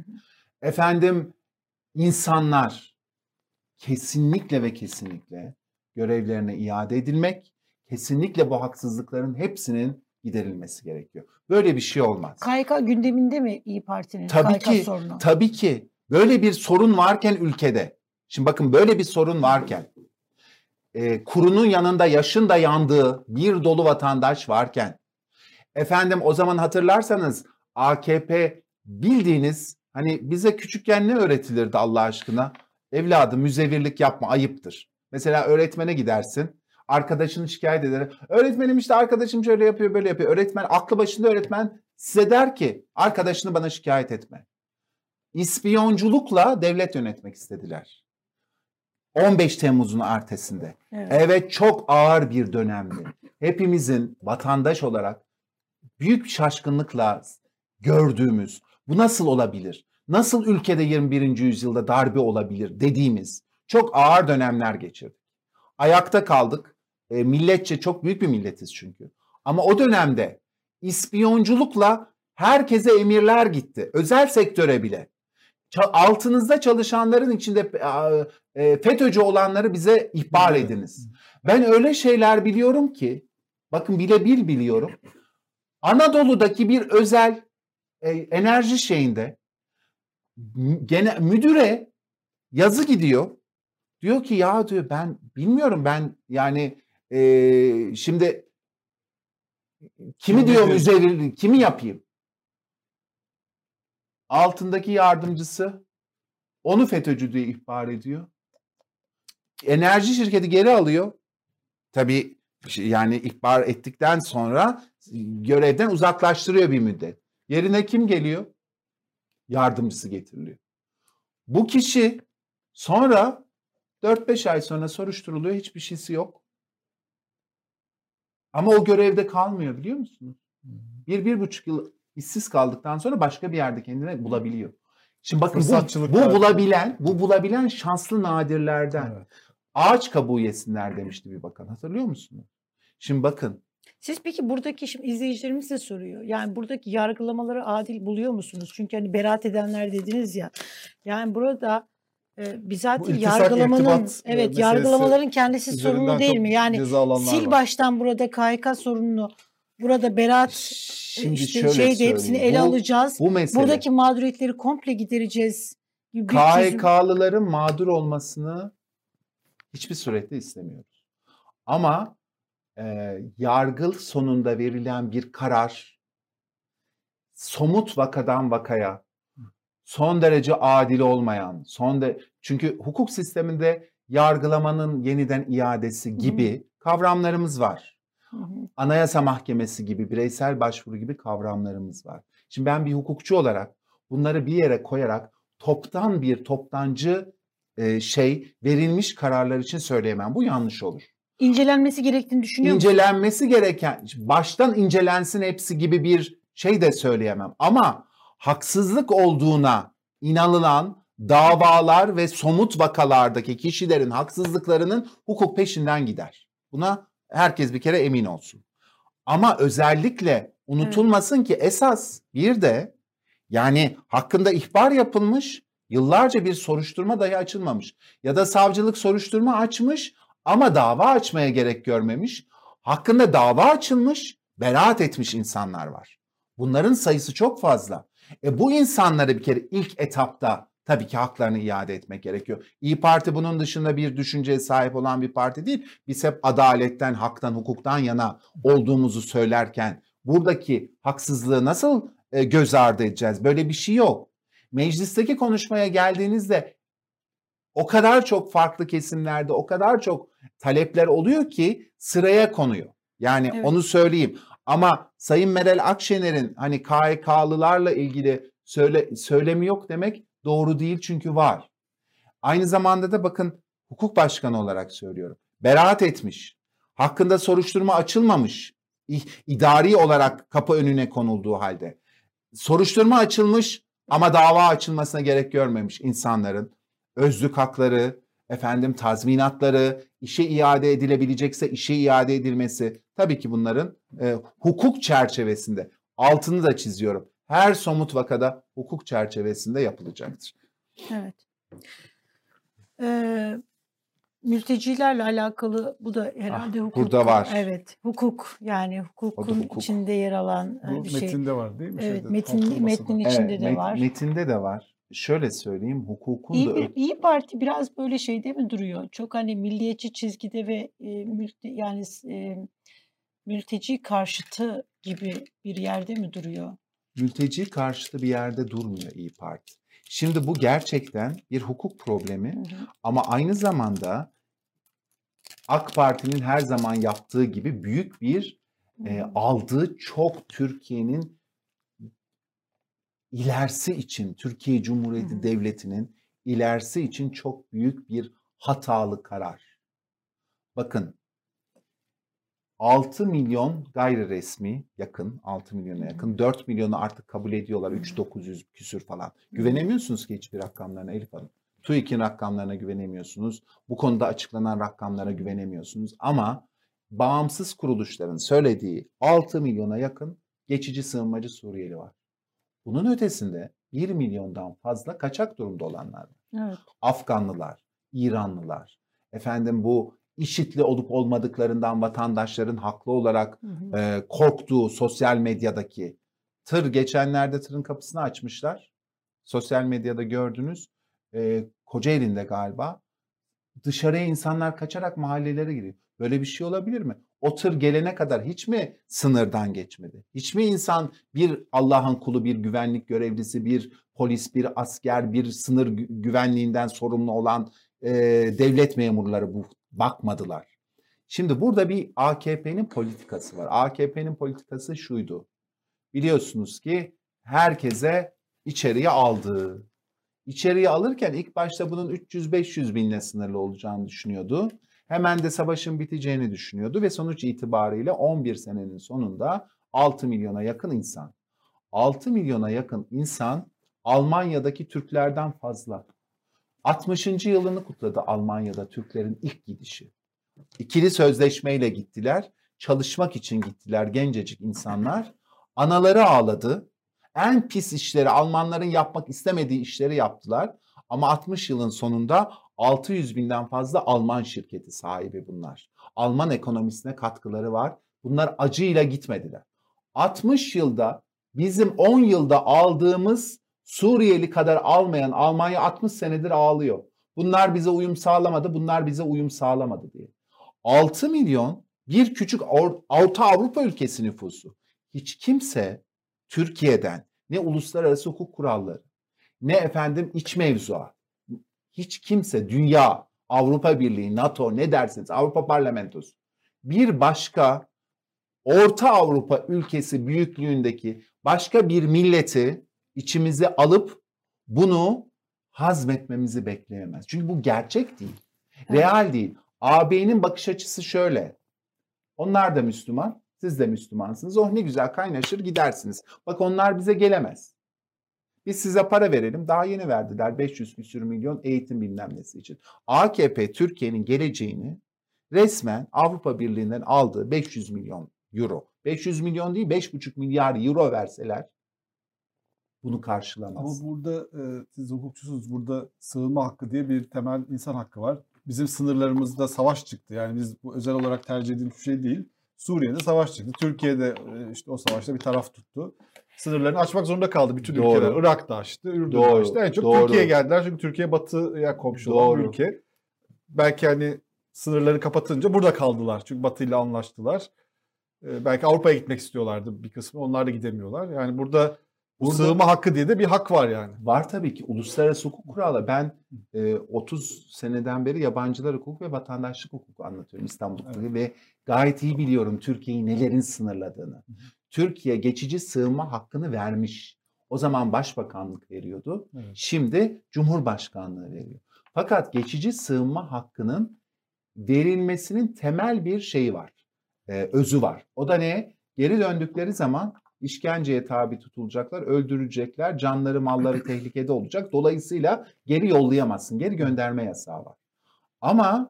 İnsanlar kesinlikle ve kesinlikle görevlerine iade edilmek, kesinlikle bu haksızlıkların hepsinin giderilmesi gerekiyor. Böyle bir şey olmaz. KHK gündeminde mi İYİ Parti'nin KHK sorunu? Tabii ki. Böyle bir sorun varken ülkede, şimdi bakın böyle bir sorun varken, kurunun yanında yaşın da yandığı bir dolu vatandaş varken, o zaman hatırlarsanız AKP bildiğiniz, hani bize küçükken ne öğretilirdi Allah aşkına? Evladım müzevirlik yapma, ayıptır. Mesela öğretmene gidersin, arkadaşını şikayet eder. Öğretmenim işte arkadaşım şöyle yapıyor, böyle yapıyor. Öğretmen, aklı başında öğretmen size der ki arkadaşını bana şikayet etme. İspiyonculukla devlet yönetmek istediler. 15 Temmuz'un ertesinde. Evet, çok ağır bir dönemdi. Hepimizin vatandaş olarak büyük bir şaşkınlıkla gördüğümüz, bu nasıl olabilir? Nasıl ülkede 21. yüzyılda darbe olabilir dediğimiz çok ağır dönemler geçirdik. Ayakta kaldık. Milletçe çok büyük bir milletiz çünkü. Ama o dönemde ispiyonculukla herkese emirler gitti. Özel sektöre bile. Altınızda çalışanların içinde FETÖ'cü olanları bize ihbar ediniz. Ben öyle şeyler biliyorum ki, bakın biliyorum. Anadolu'daki bir özel enerji şeyinde müdüre yazı gidiyor. Diyor ki ya diyor, ben bilmiyorum, ben yani şimdi kimi diyor müzevirlik, kimi yapayım? Altındaki yardımcısı onu FETÖ'cü diye ihbar ediyor. Enerji şirketi geri alıyor. Tabii yani ihbar ettikten sonra görevden uzaklaştırıyor bir müddet. Yerine kim geliyor? Yardımcısı getiriliyor. Bu kişi sonra 4-5 ay sonra soruşturuluyor. Hiçbir şeysi yok. Ama o görevde kalmıyor, biliyor musunuz? 1-1,5 yıl işsiz kaldıktan sonra başka bir yerde kendini bulabiliyor. Şimdi bakın bu bulabilen şanslı nadirlerden. Evet. Ağaç kabuğu yesinler demişti bir bakan. Hatırlıyor musunuz? Şimdi bakın. Siz peki buradaki şimdi izleyicilerimiz de soruyor. Yani buradaki yargılamaları adil buluyor musunuz? Çünkü hani beraat edenler dediniz ya. Yani burada bizatihi iltisak, yargılamanın irtibat meselesi yargılamaların kendisi sorunu üzerinden değil çok mi? Yani ceza alanlar sil var. baştan burada KHK sorununu, burada beraat Şimdi işte şöyle şeyde hepsini söyleyeyim. ele alacağız. Bu mesele Buradaki mağduriyetleri komple gidereceğiz gibi bir çözüm. KHK'lıların mağdur olmasını hiçbir surette istemiyoruz. Ama yargı sonunda verilen bir karar somut vakadan vakaya son derece adil olmayan, çünkü hukuk sisteminde yargılamanın yeniden iadesi gibi kavramlarımız var. Hı hı. Anayasa Mahkemesi gibi, bireysel başvuru gibi kavramlarımız var. Şimdi ben bir hukukçu olarak bunları bir yere koyarak toptancı verilmiş kararlar için söyleyemem. Bu yanlış olur. İncelenmesi gerektiğini düşünüyor musunuz? İncelenmesi gereken, baştan incelensin hepsi gibi bir şey de söyleyemem. Ama haksızlık olduğuna inanılan davalar ve somut vakalardaki kişilerin haksızlıklarının hukuk peşinden gider. Buna herkes bir kere emin olsun. Ama özellikle unutulmasın ki esas bir de yani hakkında ihbar yapılmış, yıllarca bir soruşturma dahi açılmamış. Ya da savcılık soruşturma açmış ama dava açmaya gerek görmemiş. Hakkında dava açılmış, beraat etmiş insanlar var. Bunların sayısı çok fazla. Bu insanları bir kere ilk etapta tabii ki haklarını iade etmek gerekiyor. İYİ Parti bunun dışında bir düşünceye sahip olan bir parti değil. Biz hep adaletten, haktan, hukuktan yana olduğumuzu söylerken buradaki haksızlığı nasıl göz ardı edeceğiz? Böyle bir şey yok. Meclisteki konuşmaya geldiğinizde o kadar çok farklı kesimlerde o kadar çok talepler oluyor ki sıraya konuyor. Yani onu söyleyeyim. Ama Sayın Meral Akşener'in hani KHK'lılarla ilgili söylemi yok demek doğru değil, çünkü var. Aynı zamanda da bakın, hukuk başkanı olarak söylüyorum. Beraat etmiş. Hakkında soruşturma açılmamış. İdari olarak kapı önüne konulduğu halde. Soruşturma açılmış ama dava açılmasına gerek görmemiş insanların özlük hakları, tazminatları, işe iade edilebilecekse işe iade edilmesi, tabii ki bunların hukuk çerçevesinde, altını da çiziyorum, her somut vakada hukuk çerçevesinde yapılacaktır. Evet. Mültecilerle alakalı bu da herhalde hukuk. Burada var. Evet, hukuk, yani hukukun içinde yer alan bu bir şey. Metinde var değil mi? Evet, metnin içinde de var. Metinde de var. Şöyle söyleyeyim, hukukun da... İYİ Parti biraz böyle şeyde mi duruyor? Çok hani milliyetçi çizgide ve mülteci karşıtı gibi bir yerde mi duruyor? Mülteci karşıtı bir yerde durmuyor İYİ Parti. Şimdi bu gerçekten bir hukuk problemi, ama aynı zamanda AK Parti'nin her zaman yaptığı gibi büyük bir aldığı, çok Türkiye'nin ilerisi için, Türkiye Cumhuriyeti Devleti'nin ilerisi için çok büyük bir hatalı karar. Bakın, 6 milyon gayri resmi, 6 milyona yakın, 4 milyonu artık kabul ediyorlar, 3.900 küsür falan. Güvenemiyorsunuz ki hiçbir rakamlarına Elif Hanım. TÜİK'in rakamlarına güvenemiyorsunuz. Bu konuda açıklanan rakamlara güvenemiyorsunuz. Ama bağımsız kuruluşların söylediği 6 milyona yakın geçici sığınmacı Suriyeli var. Bunun ötesinde 1 milyondan fazla kaçak durumda olanlar var. Evet. Afganlılar, İranlılar, bu IŞİD'li olup olmadıklarından vatandaşların haklı olarak korktuğu sosyal medyadaki geçenlerde tırın kapısını açmışlar. Sosyal medyada gördünüz. Kocaeli'nde galiba dışarıya insanlar kaçarak mahallelere giriyor. Böyle bir şey olabilir mi? O tır gelene kadar hiç mi sınırdan geçmedi? Hiç mi insan, bir Allah'ın kulu, bir güvenlik görevlisi, bir polis, bir asker, bir sınır güvenliğinden sorumlu olan devlet memurları bu bakmadılar. Şimdi burada bir AKP'nin politikası var. AKP'nin politikası şuydu. Biliyorsunuz ki herkese içeriye aldı. İçeriye alırken ilk başta bunun 300-500 binle sınırlı olacağını düşünüyordu. Hemen de savaşın biteceğini düşünüyordu ve sonuç itibariyle 11 senenin sonunda 6 milyona yakın insan. 6 milyona yakın insan Almanya'daki Türklerden fazla. 60. yılını kutladı Almanya'da Türklerin ilk gidişi. İkili sözleşmeyle gittiler. Çalışmak için gittiler gencecik insanlar. Anaları ağladı. En pis işleri, Almanların yapmak istemediği işleri yaptılar. Ama 60 yılın sonunda 600 binden fazla Alman şirketi sahibi bunlar. Alman ekonomisine katkıları var. Bunlar acıyla gitmediler. 60 yılda bizim 10 yılda aldığımız Suriyeli kadar almayan Almanya 60 senedir ağlıyor. Bunlar bize uyum sağlamadı, bunlar bize uyum sağlamadı diye. 6 milyon bir küçük Orta Avrupa ülkesi nüfusu. Hiç kimse Türkiye'den ne uluslararası hukuk kuralları, ne efendim iç mevzuat, hiç kimse dünya, Avrupa Birliği, NATO ne dersiniz, Avrupa Parlamentosu, bir başka Orta Avrupa ülkesi büyüklüğündeki başka bir milleti içimize alıp bunu hazmetmemizi bekleyemez. Çünkü bu gerçek değil, real değil. AB'nin bakış açısı şöyle, onlar da Müslüman, siz de Müslümansınız, oh ne güzel kaynaşır gidersiniz. Bak onlar bize gelemez. Biz size para verelim, daha yeni verdiler 500 küsür milyon eğitim bilmem nesi için. AKP Türkiye'nin geleceğini resmen Avrupa Birliği'nden aldığı 500 milyon euro, 500 milyon değil 5,5 milyar euro verseler bunu karşılamaz. Ama burada siz hukukçusunuz, burada sığınma hakkı diye bir temel insan hakkı var. Bizim sınırlarımızda savaş çıktı. Yani biz bu özel olarak tercih edilmiş bir şey değil. Suriye'de savaş çıktı. Türkiye'de işte o savaşta bir taraf tuttu. Sınırlarını açmak zorunda kaldı bütün Doğru. ülkeler. Irak da açtı, Ürdün de açtı. En çok Doğru. Türkiye'ye geldiler çünkü Türkiye batıya komşu olan bir ülke. Belki hani sınırları kapatınca burada kaldılar. Çünkü Batı ile anlaştılar. Belki Avrupa'ya gitmek istiyorlardı bir kısmı. Onlar da gidemiyorlar. Yani burada sığınma hakkı diye de bir hak var yani. Var tabii ki. Uluslararası hukuk kuralı. Ben 30 seneden beri yabancılar hukuku ve vatandaşlık hukuku anlatıyorum İstanbul hukuku ve gayet iyi biliyorum Türkiye'yi nelerin sınırladığını. Türkiye geçici sığınma hakkını vermiş. O zaman başbakanlık veriyordu. Evet. Şimdi Cumhurbaşkanlığı veriyor. Fakat geçici sığınma hakkının verilmesinin temel bir şeyi var. Özü var. O da ne? Geri döndükleri zaman işkenceye tabi tutulacaklar, öldürülecekler, canları malları tehlikede olacak. Dolayısıyla geri yollayamazsın. Geri gönderme yasağı var. Ama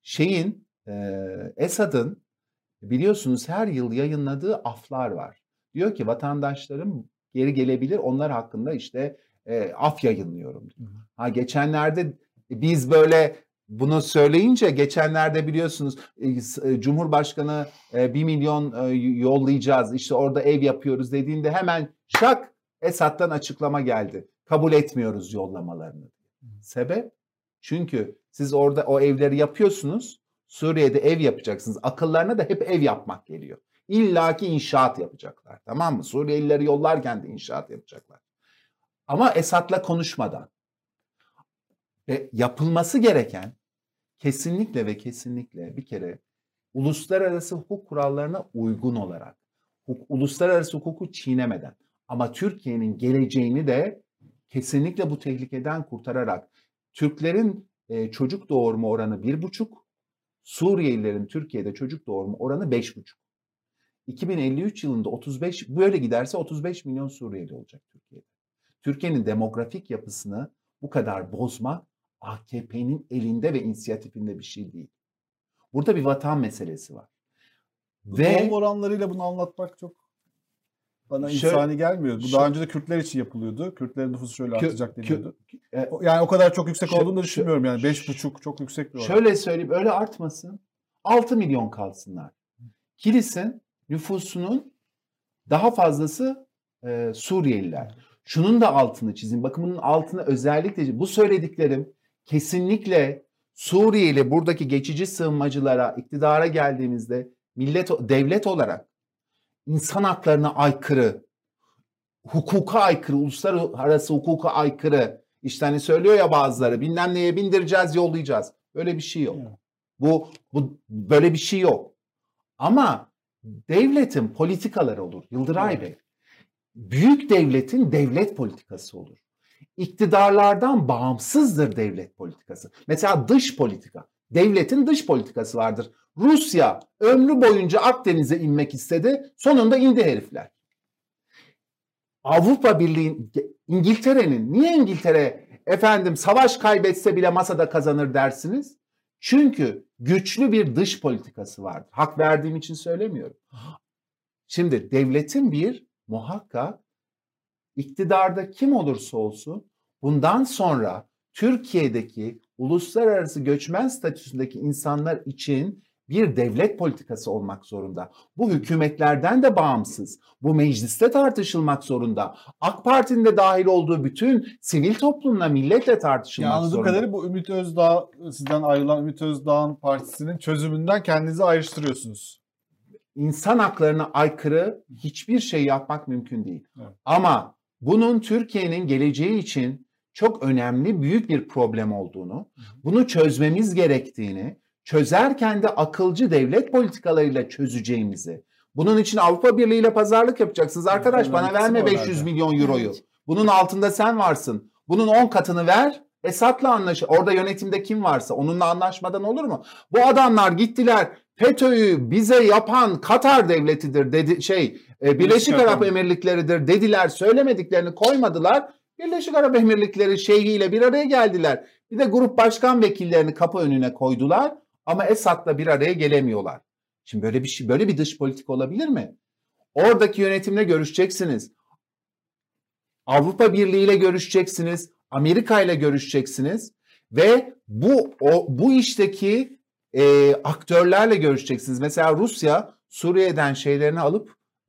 Esad'ın biliyorsunuz her yıl yayınladığı aflar var. Diyor ki vatandaşlarım geri gelebilir, onlar hakkında işte af yayınlıyorum. Geçenlerde biz böyle bunu söyleyince geçenlerde biliyorsunuz Cumhurbaşkanı 1 milyon yollayacağız işte orada ev yapıyoruz dediğinde hemen şak Esad'dan açıklama geldi. Kabul etmiyoruz yollamalarını. Sebep? Çünkü siz orada o evleri yapıyorsunuz. Suriye'de ev yapacaksınız. Akıllarına da hep ev yapmak geliyor. İlla ki inşaat yapacaklar. Tamam mı? Suriyelileri yollarken de inşaat yapacaklar. Ama Esad'la konuşmadan. Ve yapılması gereken kesinlikle ve kesinlikle bir kere uluslararası hukuk kurallarına uygun olarak, uluslararası hukuku çiğnemeden ama Türkiye'nin geleceğini de kesinlikle bu tehlikeden kurtararak Türklerin çocuk doğurma oranı 1,5, Suriyelilerin Türkiye'de çocuk doğurma oranı 5,5. 2053 yılında 35 böyle giderse 35 milyon Suriyeli olacak Türkiye'de. Türkiye'nin demografik yapısını bu kadar bozmak AKP'nin elinde ve inisiyatifinde bir şey değil. Burada bir vatan meselesi var. Doğum oranlarıyla bunu anlatmak çok bana insani gelmiyor. Bu daha önce de Kürtler için yapılıyordu. Kürtlerin nüfusu şöyle artacak deniyordu. Yani o kadar çok yüksek olduğunu da düşünmüyorum. Yani 5,5 çok yüksek bir oran. Şöyle söyleyeyim, öyle artmasın. 6 milyon kalsınlar. Kilis'in nüfusunun daha fazlası Suriyeliler. Şunun da altını çizeyim. Bakın bunun altını özellikle bu söylediklerim kesinlikle Suriyeli buradaki geçici sığınmacılara iktidara geldiğimizde devlet olarak insan haklarına aykırı, hukuka aykırı, uluslararası hukuka aykırı. İşte hani söylüyor ya bazıları, bilmem neye bindireceğiz, yollayacağız. Öyle bir şey yok. Bu böyle bir şey yok. Ama devletin politikaları olur Yıldıray Bey. Büyük devletin devlet politikası olur. İktidarlardan bağımsızdır devlet politikası. Mesela dış politika. Devletin dış politikası vardır. Rusya ömrü boyunca Akdeniz'e inmek istedi. Sonunda indi herifler. Avrupa Birliği, İngiltere'nin, niye İngiltere savaş kaybetse bile masada kazanır dersiniz? Çünkü güçlü bir dış politikası vardır. Hak verdiğim için söylemiyorum. Şimdi devletin bir muhakkak iktidarda kim olursa olsun bundan sonra Türkiye'deki uluslararası göçmen statüsündeki insanlar için bir devlet politikası olmak zorunda. Bu hükümetlerden de bağımsız. Bu mecliste tartışılmak zorunda. AK Parti'nin de dahil olduğu bütün sivil toplumla, milletle tartışılmak Anladığım zorunda. kadarıyla bu Ümit Özdağ, sizden ayrılan Ümit Özdağ'ın partisinin çözümünden kendinizi ayrıştırıyorsunuz. İnsan haklarına aykırı hiçbir şey yapmak mümkün değil. Evet. Ama bunun Türkiye'nin geleceği için çok önemli, büyük bir problem olduğunu, bunu çözmemiz gerektiğini, çözerken de akılcı devlet politikalarıyla çözeceğimizi, bunun için Avrupa Birliği ile pazarlık yapacaksınız. Arkadaş bana verme 500 milyon euroyu. Bunun altında sen varsın. Bunun 10 katını ver. Esad'la anlaş. Orada yönetimde kim varsa onunla anlaşmadan olur mu? Bu adamlar gittiler. FETÖ'yü bize yapan Katar devletidir dedi Birleşik Arap Emirlikleri'dir dediler. Söylemediklerini koymadılar. Birleşik Arap Emirlikleri şeyhiyle bir araya geldiler. Bir de grup başkan vekillerini kapı önüne koydular ama Esad'la bir araya gelemiyorlar. Şimdi böyle bir dış politika olabilir mi? Oradaki yönetimle görüşeceksiniz. Avrupa Birliği ile görüşeceksiniz. Amerika ile görüşeceksiniz ve bu işteki aktörlerle görüşeceksiniz. Mesela Rusya Suriye'den şeylerini alıp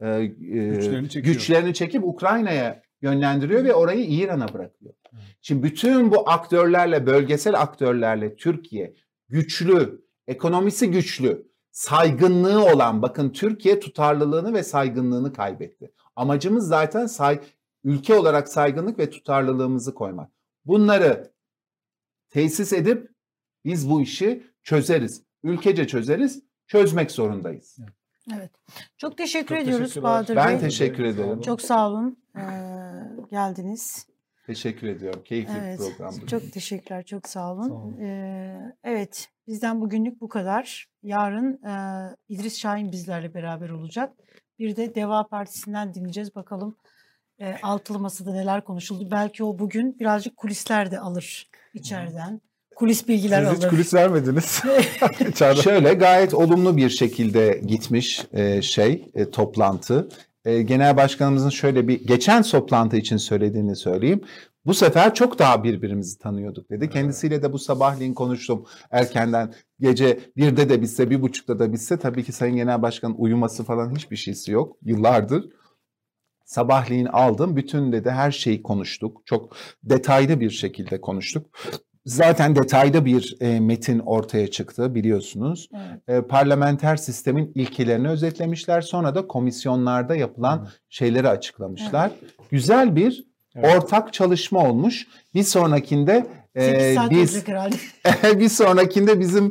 güçlerini çekip Ukrayna'ya yönlendiriyor ve orayı İran'a bırakıyor. Şimdi bütün bu aktörlerle, bölgesel aktörlerle Türkiye güçlü, ekonomisi güçlü, saygınlığı olan, bakın Türkiye tutarlılığını ve saygınlığını kaybetti. Amacımız zaten ülke olarak saygınlık ve tutarlılığımızı koymak. Bunları tesis edip biz bu işi çözeriz. Ülkece çözeriz. Çözmek zorundayız. Evet. Çok teşekkür Çok ediyoruz teşekkürler. Bahadır Ben Bey. teşekkür ederim. Çok sağ olun. Geldiniz. Teşekkür ediyorum. Keyifli bir Evet. programdı. Çok teşekkürler. Çok sağ olun. Sağ olun. Evet. Bizden bugünlük bu kadar. Yarın İdris Şahin bizlerle beraber olacak. Bir de Deva Partisi'nden dinleyeceğiz. Bakalım altılı masada neler konuşuldu. Belki o bugün birazcık kulisler de alır içeriden. Kulis bilgiler Siz alır. hiç kulis vermediniz. Şöyle gayet olumlu bir şekilde gitmiş toplantı. Genel başkanımızın şöyle bir geçen toplantı için söylediğini söyleyeyim. Bu sefer çok daha birbirimizi tanıyorduk dedi. Kendisiyle de bu sabahleyin konuştum erkenden. Gece 1'de de bitse, 1.30'da da bitse tabii ki Sayın Genel Başkan'ın uyuması falan hiçbir şeysi yok. Yıllardır. Sabahleyin aldım. Bütün dedi her şeyi konuştuk. Çok detaylı bir şekilde konuştuk. Zaten detaylı bir metin ortaya çıktı biliyorsunuz. Evet. Parlamenter sistemin ilkelerini özetlemişler. Sonra da komisyonlarda yapılan şeyleri açıklamışlar. Güzel bir ortak çalışma olmuş. Bir sonrakinde 8 saat olacak herhalde. bir sonrakinde bizim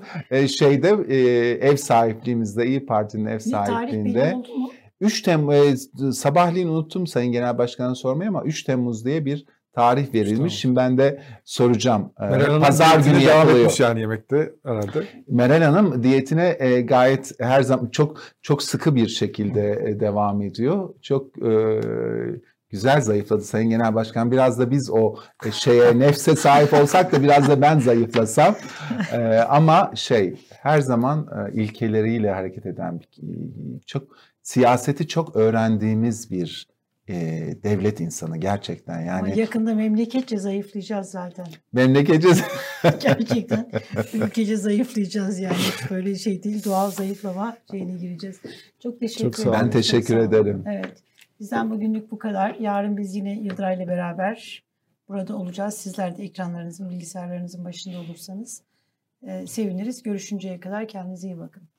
ev sahipliğimizde, İYİ Parti'nin ev sahipliğinde. Tarih belli oldu mu? 3 Temmuz sabahleyin unuttum Sayın Genel Başkan'a sormayı ama 3 Temmuz diye bir tarih verilmiş. Şimdi ben de soracağım. Pazar günü yapılıyor. Yani yemekte herhalde. Meral Hanım diyetine gayet her zaman çok sıkı bir şekilde devam ediyor. Çok güzel zayıfladı Sayın Genel Başkan. Biraz da biz o nefse sahip olsak da biraz da ben zayıflasam. Ama her zaman ilkeleriyle hareket eden siyaseti çok öğrendiğimiz bir devlet insanı gerçekten yani. Ama yakında memleketçe zayıflayacağız zaten. Memleketçe Gerçekten ülkece zayıflayacağız yani. Hiç böyle şey değil. Doğal zayıflama şeyine gireceğiz. Çok teşekkür ederim. Ben teşekkür ederim. Evet. Bizden bugünlük bu kadar. Yarın biz yine Yıldıray'la beraber burada olacağız. Sizler de ekranlarınızın, bilgisayarlarınızın başında olursanız seviniriz. Görüşünceye kadar kendinize iyi bakın.